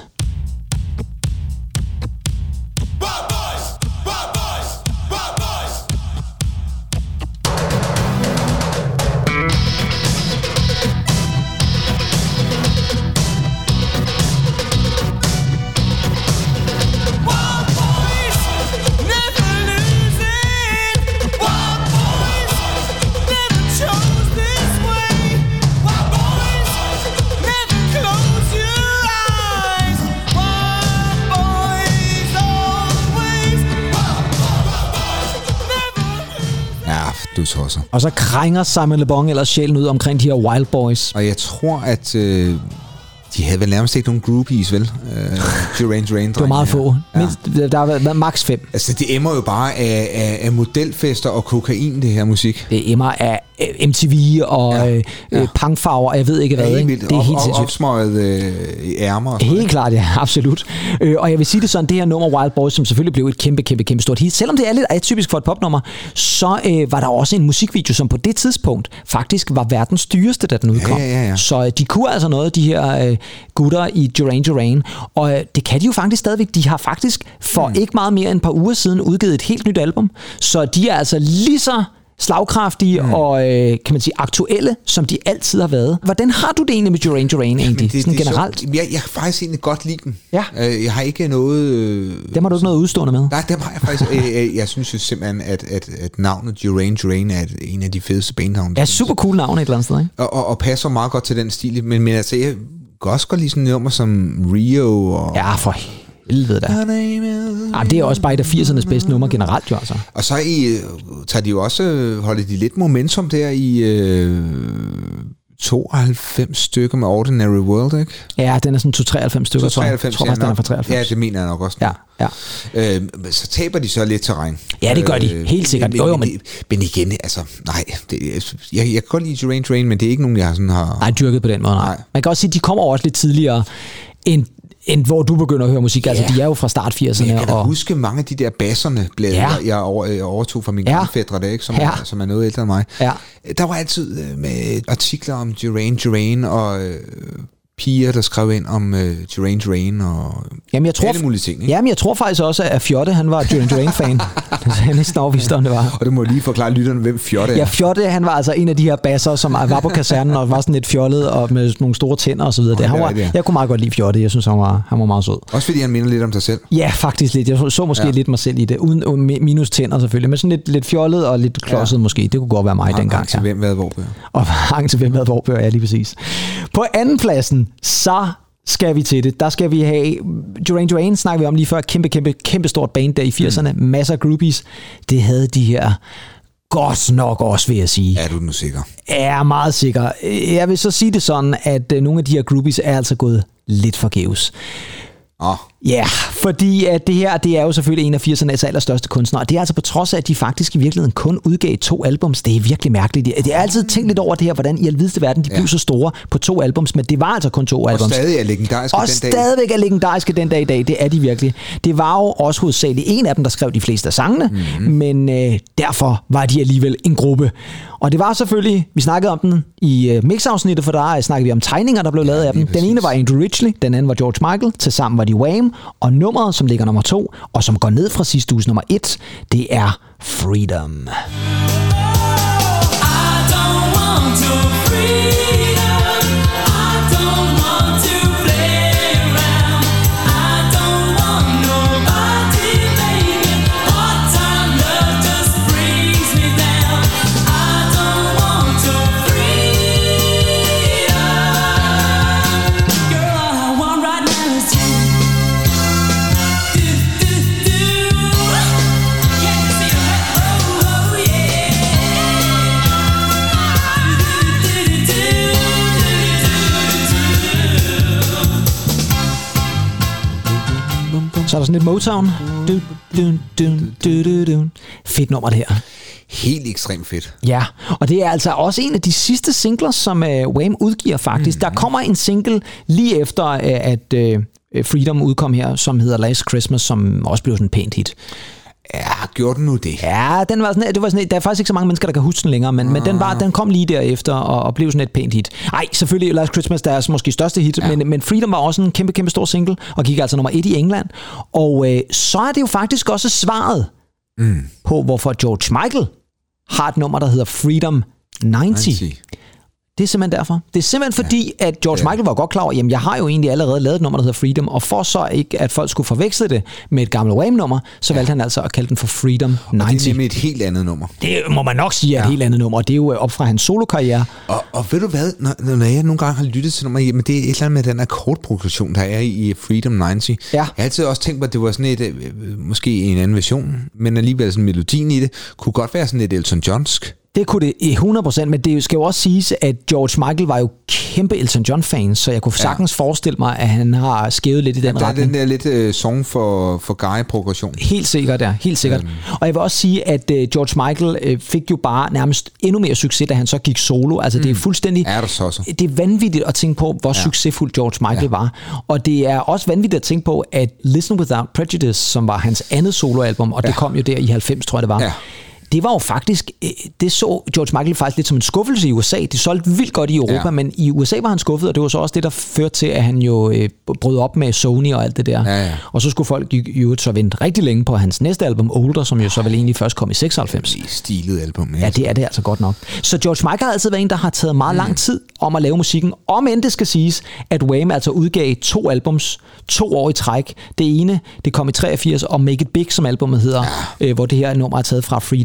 [SPEAKER 4] Og
[SPEAKER 3] så krænger Simon Le Bon ellers sjælen ud omkring de her Wild Boys.
[SPEAKER 4] Og jeg tror, at de havde vel nærmest ikke nogen groupies, vel? Duran Duran.
[SPEAKER 3] Det var meget få. Ja. Der har været maks 5.
[SPEAKER 4] Altså, det emmer jo bare af modelfester og kokain, det her musik.
[SPEAKER 3] Det emmer af MTV og punkfarver, og jeg ved ikke hvad.
[SPEAKER 4] Ja,
[SPEAKER 3] ikke? Det er helt sindssygt.
[SPEAKER 4] Opsmøget ærmer.
[SPEAKER 3] Helt klart, ja. Absolut. Og jeg vil sige det sådan, det her nummer Wild Boys, som selvfølgelig blev et kæmpe stort hit, selvom det er lidt atypisk for et popnummer, så var der også en musikvideo, som på det tidspunkt faktisk var verdens dyreste, da den udkom.
[SPEAKER 4] Ja.
[SPEAKER 3] Så de kunne altså noget, de her gutter i Duran Duran, og det kan de jo faktisk stadigvæk. De har faktisk for ikke meget mere end et par uger siden udgivet et helt nyt album, så de er altså lige så slagkraftige og kan man sige aktuelle, som de altid har været. Hvordan har du det egentlig med Duran Duran egentlig, sådan generelt?
[SPEAKER 4] Jeg kan faktisk egentlig godt lide dem.
[SPEAKER 3] Ja.
[SPEAKER 4] Jeg har ikke noget...
[SPEAKER 3] Dem har du ikke noget udstående med?
[SPEAKER 4] Nej, dem har jeg faktisk... jeg synes jo simpelthen, at navnet Duran Duran er en af de fedeste bandnavne.
[SPEAKER 3] Ja, super cool navn et eller andet sted, ikke?
[SPEAKER 4] Og passer meget godt til den stil. Men altså, jeg kan også godt lide sådan nummer som Rio og...
[SPEAKER 3] Ja, for Helvede da. Det er også bare et af 80'ernes bedste nummer generelt, jo altså.
[SPEAKER 4] Og så tager de jo også, holder de lidt momentum der i 92 stykker med Ordinary World, ikke?
[SPEAKER 3] Ja, den er sådan 293 stykker, tror jeg. Jeg tror faktisk, den er fra 93.
[SPEAKER 4] Ja, det mener jeg nok også.
[SPEAKER 3] Ja.
[SPEAKER 4] Så taber de så lidt terræn.
[SPEAKER 3] Ja, det gør de. Helt sikkert.
[SPEAKER 4] Men igen, altså, nej. Jeg kan godt lide Duran Duran, men det er ikke nogen, jeg har sådan har...
[SPEAKER 3] Nej, dyrket på den måde, nej. Man kan også sige, at de kommer også lidt tidligere end hvor du begynder at høre musik. Altså, de er jo fra start 80'erne.
[SPEAKER 4] Jeg kan da huske mange af de der basserne, jeg overtog fra min grandfædre, der, ikke? Som er noget ældre end mig. Ja. Der var altid med artikler om Duran Duran og piger, der skrev ind om Duran Duran og alle mulige ting. Ikke?
[SPEAKER 3] Jamen, jeg tror faktisk også, at Fjotte, han var Duran Duran-fan. Han er næsten overvist om det var.
[SPEAKER 4] Og det må lige forklare lytterne, hvem Fjotte er.
[SPEAKER 3] Ja, Fjotte, han var altså en af de her basser, som var på kasernen og var sådan lidt fjollet og med nogle store tænder og så videre. Jeg kunne meget godt lide Fjotte. Jeg synes, han var meget sød.
[SPEAKER 4] Også fordi han minder lidt om sig selv.
[SPEAKER 3] Ja, faktisk lidt. Jeg så måske lidt mig selv i det. Uden minus tænder selvfølgelig. Men sådan lidt fjollet og lidt klodset måske. Det kunne godt være mig dengang.
[SPEAKER 4] Hang til hvem hvad vorbøger.
[SPEAKER 3] Og hang til hvem hvad vorbøger, ja, lige præcis. På anden pladsen, så skal vi til det. Der skal vi have Duran Duran, snakker vi om lige før. Kæmpe stort band der i 80'erne. Masser af groupies. Det havde de her godt nok også, vil jeg sige.
[SPEAKER 4] Er du nu sikker?
[SPEAKER 3] Er meget sikker. Jeg vil så sige det sådan, at nogle af de her groupies er altså gået lidt forgæves. Ja, fordi at det her, det er jo selvfølgelig en af 80'ernes allerstørste kunstnere, og det er altså på trods af, at de faktisk i virkeligheden kun udgav 2 albums. Det er virkelig mærkeligt. Jeg har altid tænkt lidt over det her, hvordan i alvideste verden de blev så store på 2 albums, men det var altså kun 2 albums.
[SPEAKER 4] Og stadig er legendariske
[SPEAKER 3] og
[SPEAKER 4] den dag.
[SPEAKER 3] stadigvæk er legendariske den dag i dag. Det er de virkelig. Det var jo også hovedsageligt en af dem, der skrev de fleste af sangene, men derfor var de alligevel en gruppe. Og det var selvfølgelig, vi snakkede om den i mixafsnittet, for der snakkede vi om tegninger, der blev lavet af dem. Den ene var Andrew Ridgeley, den anden var George Michael, tilsammen var de Wham, og nummeret, som ligger nummer 2, og som går ned fra sidste uges nummer 1, det er Freedom. Så er der sådan lidt Motown. Fedt nummer det her.
[SPEAKER 4] Helt ekstremt fedt.
[SPEAKER 3] Ja, og det er altså også en af de sidste singler, som Wham udgiver faktisk. Der kommer en single lige efter, at Freedom udkom her, som hedder Last Christmas, som også blev sådan en pænt hit.
[SPEAKER 4] Ja, gjorde den nu det?
[SPEAKER 3] Ja, det var sådan, der er faktisk ikke så mange mennesker, der kan huske den længere, men den kom lige derefter og blev sådan et pænt hit. Ej, selvfølgelig Last Christmas, der er måske største hit, men Freedom var også en kæmpe stor single, og gik altså nummer 1 i England. Og så er det jo faktisk også svaret på, hvorfor George Michael har et nummer, der hedder Freedom 90. Det er simpelthen derfor. Det er simpelthen fordi, at George Michael var godt klar over, jamen jeg har jo egentlig allerede lavet et nummer, der hedder Freedom, og for så ikke, at folk skulle forveksle det med et gammelt Wham-nummer, så valgte han altså at kalde den for Freedom 90.
[SPEAKER 4] Og det er nemlig et helt andet nummer.
[SPEAKER 3] Det må man nok sige er et helt andet nummer, og det er jo op fra hans solokarriere.
[SPEAKER 4] Og ved du hvad, når jeg nogle gange har lyttet til nummer, jamen det er et eller andet med den akkordprogression, der er i Freedom 90. Ja. Jeg har altid også tænkt på, at det var sådan et, måske en anden version, men alligevel sådan melodien i det, kunne godt være sådan et Elton Johnsk.
[SPEAKER 3] Det kunne det 100%, men det skal jo også siges, at George Michael var jo kæmpe Elton John-fan, så jeg kunne sagtens forestille mig, at han har skævet lidt i den retning.
[SPEAKER 4] Der er den der lidt song for guy-progression.
[SPEAKER 3] Helt sikkert, ja. Helt sikkert. Og jeg vil også sige, at George Michael fik jo bare nærmest endnu mere succes, da han så gik solo. Altså det er fuldstændig... Det er vanvittigt at tænke på, hvor succesfuld George Michael var. Og det er også vanvittigt at tænke på, at Listen Without Prejudice, som var hans andet soloalbum, og det kom jo der i 90, tror jeg det var. Ja. Det var jo faktisk, det så George Michael faktisk lidt som en skuffelse i USA. De solgte vildt godt i Europa, men i USA var han skuffet, og det var så også det, der førte til, at han jo brød op med Sony og alt det der. Ja. Og så skulle folk jo så vente rigtig længe på hans næste album, Older, som jo så vel egentlig først kom i 96.
[SPEAKER 4] Stilet album.
[SPEAKER 3] Ja, det er det altså godt nok. Så George Michael har altid været en, der har taget meget lang tid om at lave musikken. Om end det skal siges, at Wham altså udgav 2 albums, 2 år i træk. Det ene, det kom i 83, og Make It Big, som albumet hedder, hvor det her nummer er taget fra Freedom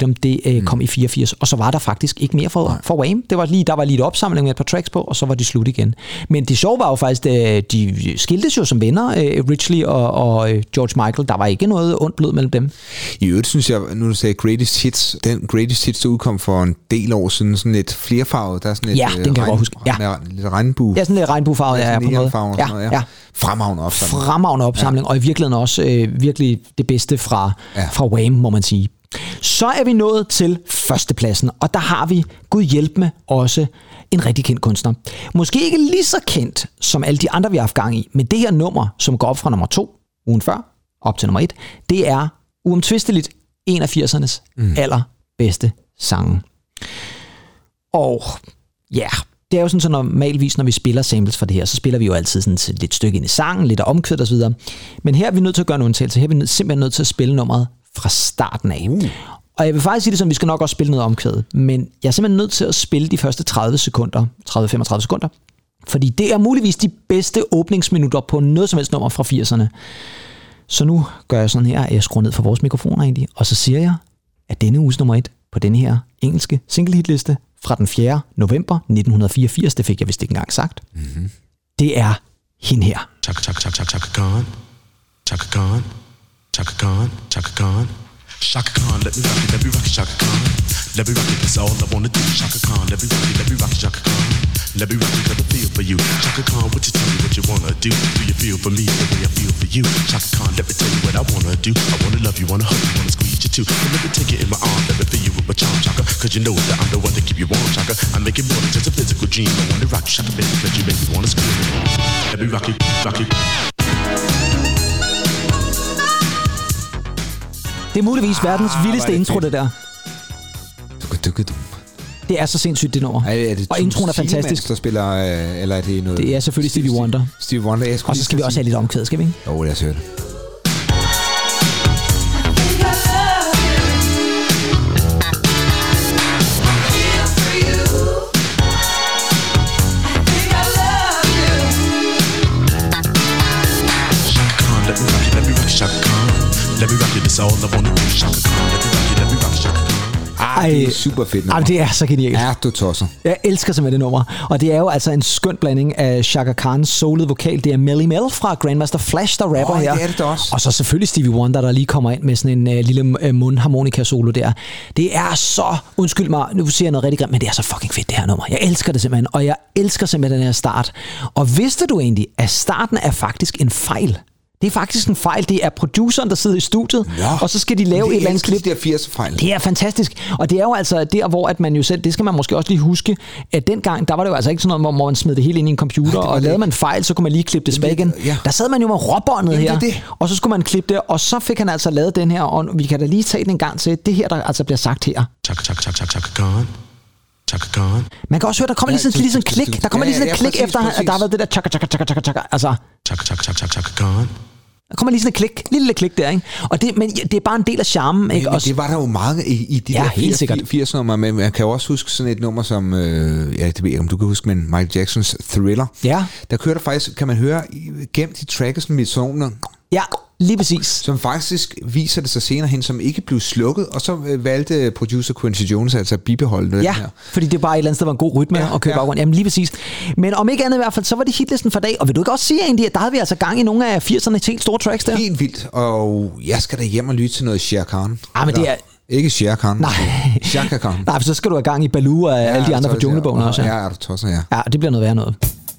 [SPEAKER 3] Stadium, det kom i 84, og så var der faktisk ikke mere for Wham. Der var lige et opsamling med et par tracks på, og så var det slut igen. Men det sjove var jo faktisk, de skiltes jo som venner, Ridgely og George Michael. Der var ikke noget ondt blod mellem dem.
[SPEAKER 4] I øvrigt synes jeg, nu du sagde Greatest Hits, den Greatest Hits, der udkom for en del år siden, sådan lidt flerfarvet, der er sådan
[SPEAKER 3] Ja, den kan jeg godt huske. Ja.
[SPEAKER 4] Lidt regnbue.
[SPEAKER 3] Ja, sådan lidt regnbuefarvet, ja, på noget.
[SPEAKER 4] Ja. Fremragende opsamling.
[SPEAKER 3] Fremragende opsamling, og i virkeligheden også virkelig det bedste fra Wham, må man sige. Så er vi nået til førstepladsen, og der har vi, Gud hjælp med, også en rigtig kendt kunstner. Måske ikke lige så kendt som alle de andre, vi har haft gang i, men det her nummer, som går op fra nummer 2, ugen før, op til nummer 1, det er uomtvisteligt en af 80'ernes allerbedste sange. Og ja, det er jo sådan, så normalvis, når vi spiller samples fra det her, så spiller vi jo altid sådan et lidt stykke ind i sangen, lidt omkvædet og så videre. Men her er vi nødt til at gøre en undtagelse. Her er vi simpelthen nødt til at spille nummeret fra starten af. Og jeg vil faktisk sige det sådan, vi skal nok også spille noget omkvædet, men jeg er simpelthen nødt til at spille de første 30-35 sekunder, fordi det er muligvis de bedste åbningsminutter på noget som helst nummer fra 80'erne. Så nu gør jeg sådan her, at jeg skruer ned for vores mikrofoner egentlig, og så siger jeg, at denne uges nummer 1 på denne her engelske single-hitliste fra den 4. november 1984, det fik jeg vist ikke engang sagt, det er hende her.
[SPEAKER 8] Chaka Chaka Chaka Chaka Khan, Chaka Khan, Chaka Khan, Chaka Khan. Chaka Khan, let me rock it, Chaka Khan. Let me rock it, that's all I wanna do. Chaka Khan, let me rock it, Chaka Khan. Let me rock it, cause I feel for you. Chaka Khan, what you tell me what you wanna do? Do you feel for me the way I feel for you? Chaka Khan, let me tell you what I wanna do. I wanna love you, wanna hug you, wanna squeeze you too. And let me take it in my arms, let me feel you with my charm, Chaka. Cause you know that I'm the one to keep you warm, Chaka. I make it more than just a physical dream. I wanna rock you, Chaka, baby, cause you make me wanna scream. Let me rock it, rock it.
[SPEAKER 3] Det er muligvis verdens vildeste intro, det der. Det er så sindssygt, det nummer. Og introen er fantastisk.
[SPEAKER 4] Der spiller, eller er det noget?
[SPEAKER 3] Det er selvfølgelig Stevie Wonder.
[SPEAKER 4] Stevie Wonder.
[SPEAKER 3] Og så skal vi også have lidt omkvæd, skal vi ikke?
[SPEAKER 4] Jo, lad os høre det.
[SPEAKER 8] Let me rock it, it's all I wanna do. Chaka Khan, let me rock it, Chaka Khan.
[SPEAKER 4] Det er super fedt nummer.
[SPEAKER 3] Det er så genialt.
[SPEAKER 4] Er du tosser?
[SPEAKER 3] Jeg elsker simpelthen det nummer. Og det er jo altså en skøn blanding af Chaka Khans solede vokal. Det er Melly Mel fra Grandmaster Flash, der rapper her.
[SPEAKER 4] Det er det også.
[SPEAKER 3] Og så selvfølgelig Stevie Wonder, der lige kommer ind med sådan en lille mundharmonika solo der. Det er så, undskyld mig, nu siger jeg noget rigtig grimt, men det er så fucking fedt, det her nummer. Jeg elsker det simpelthen, og jeg elsker simpelthen den her start. Og vidste du egentlig, at starten er faktisk en fejl? Det er faktisk en fejl. Det er produceren, der sidder i studiet, og så skal de lave et eller andet klip.
[SPEAKER 4] Det er 80'er-fejl.
[SPEAKER 3] Det er fantastisk. Og det er jo altså der, hvor at man jo selv, det skal man måske også lige huske, at dengang, der var det jo altså ikke sådan noget, hvor man smed det hele ind i en computer, og lavede man fejl, så kunne man lige klippe det tilbage igen. Ja. Der sad man jo med råbåndet her, og så skulle man klippe det, og så fik han altså lavet den her, og vi kan da lige tage den en gang til. Det her, der altså bliver sagt her.
[SPEAKER 8] Chaka Chaka Chaka Chaka Khan. Chaka Khan.
[SPEAKER 3] Man kan også høre, der kommer lige sådan en klik. Der kommer lige sådan et klik efter, at der har været det der chaka chaka chaka chaka chaka. Altså.
[SPEAKER 8] Chaka Chaka Chaka Chaka Khan.
[SPEAKER 3] Der kommer lige sådan et klik, lille klik der, ikke? Og det, men det er bare en del af charmen, ikke?
[SPEAKER 4] Men det var der jo meget i de der 80'er-nummer, men man kan jo også huske sådan et nummer som, det ved jeg ikke, om du kan huske, men Michael Jacksons Thriller.
[SPEAKER 3] Ja.
[SPEAKER 4] Der kører der faktisk, kan man høre, gemt i tracket sådan med toner.
[SPEAKER 3] Ja, lige præcis.
[SPEAKER 4] Som faktisk viser det sig senere hen, som ikke blev slukket, og så valgte producer Quincy Jones altså at bibeholde noget her.
[SPEAKER 3] Fordi det bare et eller andet sted var en god rytme at køre baggrund. Jamen lige præcis. Men om ikke andet i hvert fald, så var det hitlisten for dag. Og vil du ikke også sige egentlig, at der havde vi altså gang i nogle af 80'erne helt store tracks der?
[SPEAKER 4] Helt vildt. Og jeg skal da hjem og lytte til noget Shere Khan.
[SPEAKER 3] Men det er...
[SPEAKER 4] Ikke Shere Khan.
[SPEAKER 3] Nej.
[SPEAKER 4] Chaka Khan.
[SPEAKER 3] Nej, for så skal du have gang i Baloo og alle de andre fra Junglebogen også.
[SPEAKER 4] Ja, er du tosser, ja.
[SPEAKER 3] Ja, det bliver noget værre noget.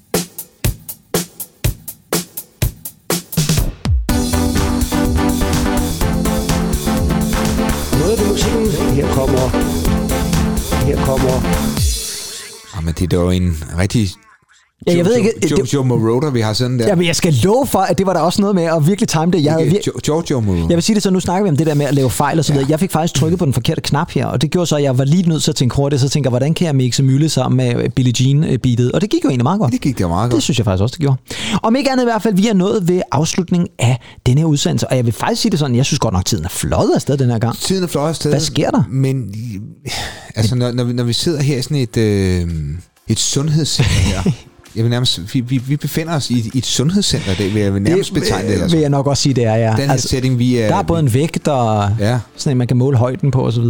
[SPEAKER 3] Her kommer...
[SPEAKER 4] Men det er jo en rigtig...
[SPEAKER 3] Ja, jeg ved ikke...
[SPEAKER 4] Jojo Moroder, vi har sådan der.
[SPEAKER 3] Jamen, jeg skal love for, at det var der også noget med at virkelig time det.
[SPEAKER 4] Jojo Moroder.
[SPEAKER 3] Jeg vil sige det så, nu snakker vi om det der med at lave fejl og så videre. Jeg fik faktisk trykket på den forkerte knap her, og det gjorde så, at jeg var lige nødt til at tænke hurtigt, så tænker jeg, hvordan kan jeg mixe Mølle sammen med Billie Jean-beatet? Og det gik jo egentlig meget godt.
[SPEAKER 4] Det gik det meget godt.
[SPEAKER 3] Det synes jeg faktisk også, det gjorde. Om ikke andet i hvert fald, vi er nået ved afslutningen af denne her udsendelse, og jeg vil faktisk sige det sådan, jeg synes godt nok, tiden er fløjet afsted den her gang.
[SPEAKER 4] Tiden er fløjet afsted.
[SPEAKER 3] Hvad sker der?
[SPEAKER 4] Men altså, når vi sidder her i sådan et sundhedscenter her, jeg vil nærmest, vi befinder os i et sundhedscenter, det vil jeg nærmest betegne det.
[SPEAKER 3] Altså. Vil jeg nok også sige, det er, ja.
[SPEAKER 4] Den her setting, vi er...
[SPEAKER 3] Der er både en vægt og sådan en, man kan måle højden på og så videre.
[SPEAKER 4] Ja.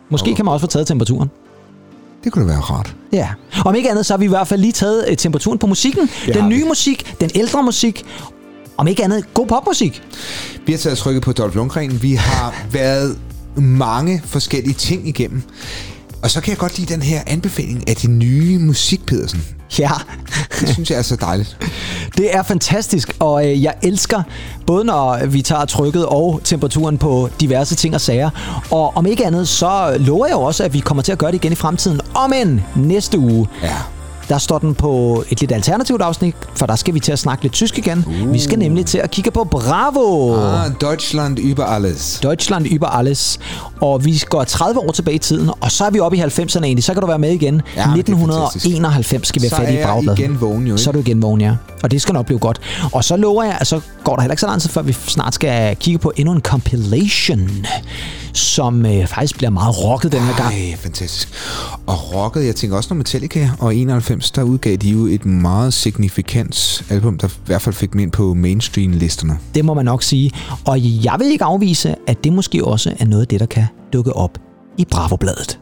[SPEAKER 3] Måske kan man også få taget temperaturen.
[SPEAKER 4] Det kunne da være rart.
[SPEAKER 3] Ja. Om ikke andet, så har vi i hvert fald lige taget temperaturen på musikken. Den nye musik, den ældre musik. Om ikke andet, god popmusik.
[SPEAKER 4] Vi har taget trykket på Dolph Lundgren. Vi har været mange forskellige ting igennem. Og så kan jeg godt lide den her anbefaling af det nye musik, Pedersen.
[SPEAKER 3] Ja.
[SPEAKER 4] Det synes jeg er så dejligt.
[SPEAKER 3] Det er fantastisk, og jeg elsker både når vi tager trykket og temperaturen på diverse ting og sager. Og om ikke andet, så lover jeg jo også, at vi kommer til at gøre det igen i fremtiden. Om end næste uge.
[SPEAKER 4] Ja.
[SPEAKER 3] Der står den på et lidt alternativt afsnit, for der skal vi til at snakke lidt tysk igen. Vi skal nemlig til at kigge på Bravo.
[SPEAKER 4] Deutschland über alles.
[SPEAKER 3] Deutschland über alles. Og vi går 30 år tilbage i tiden, og så er vi oppe i 90'erne egentlig. Så kan du være med igen.
[SPEAKER 4] Ja,
[SPEAKER 3] 1991 skal vi have fat i Bravo.
[SPEAKER 4] Så er jeg igen vågen jo, ikke?
[SPEAKER 3] Så er du igen vågen, ja. Og det skal nok blive godt. Og så lover jeg, at så går der heller ikke så lang tid, før vi snart skal kigge på endnu en compilation, som faktisk bliver meget rocket den her gang.
[SPEAKER 4] Ej, fantastisk. Og rocket, jeg tænker også når Metallica og 91, der udgav de jo et meget signifikant album, der i hvert fald fik dem ind på mainstream-listerne.
[SPEAKER 3] Det må man nok sige. Og jeg vil ikke afvise, at det måske også er noget af det, der kan dukke op i Bravo-bladet.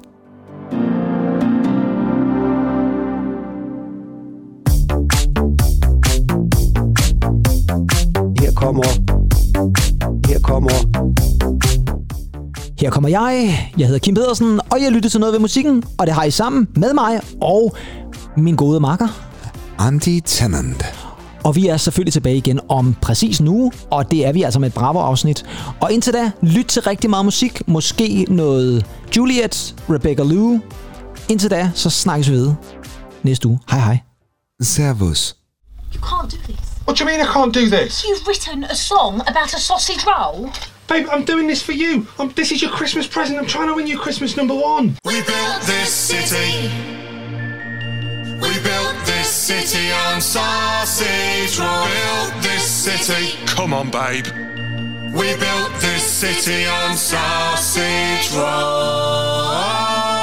[SPEAKER 3] Her kommer jeg. Jeg hedder Kim Pedersen, og jeg lytter til noget ved musikken, og det har I sammen med mig og min gode makker
[SPEAKER 4] Andy Tennant.
[SPEAKER 3] Og vi er selvfølgelig tilbage igen om præcis nu, og det er vi altså med et Bravo-afsnit. Og indtil da, lyt til rigtig meget musik. Måske noget Juliet, Rebecca Lou. Indtil da, så snakkes vi ved næste uge. Hej hej.
[SPEAKER 4] Servus.
[SPEAKER 9] You can't do this.
[SPEAKER 10] What do you mean I can't do this?
[SPEAKER 9] You've written a song about a sausage roll.
[SPEAKER 10] Babe, I'm doing this for you. This is your Christmas present. I'm trying to win you Christmas number one.
[SPEAKER 8] We built this city. We built this city on sausage roll. Built this city. Come on, babe. We built this city on sausage roll.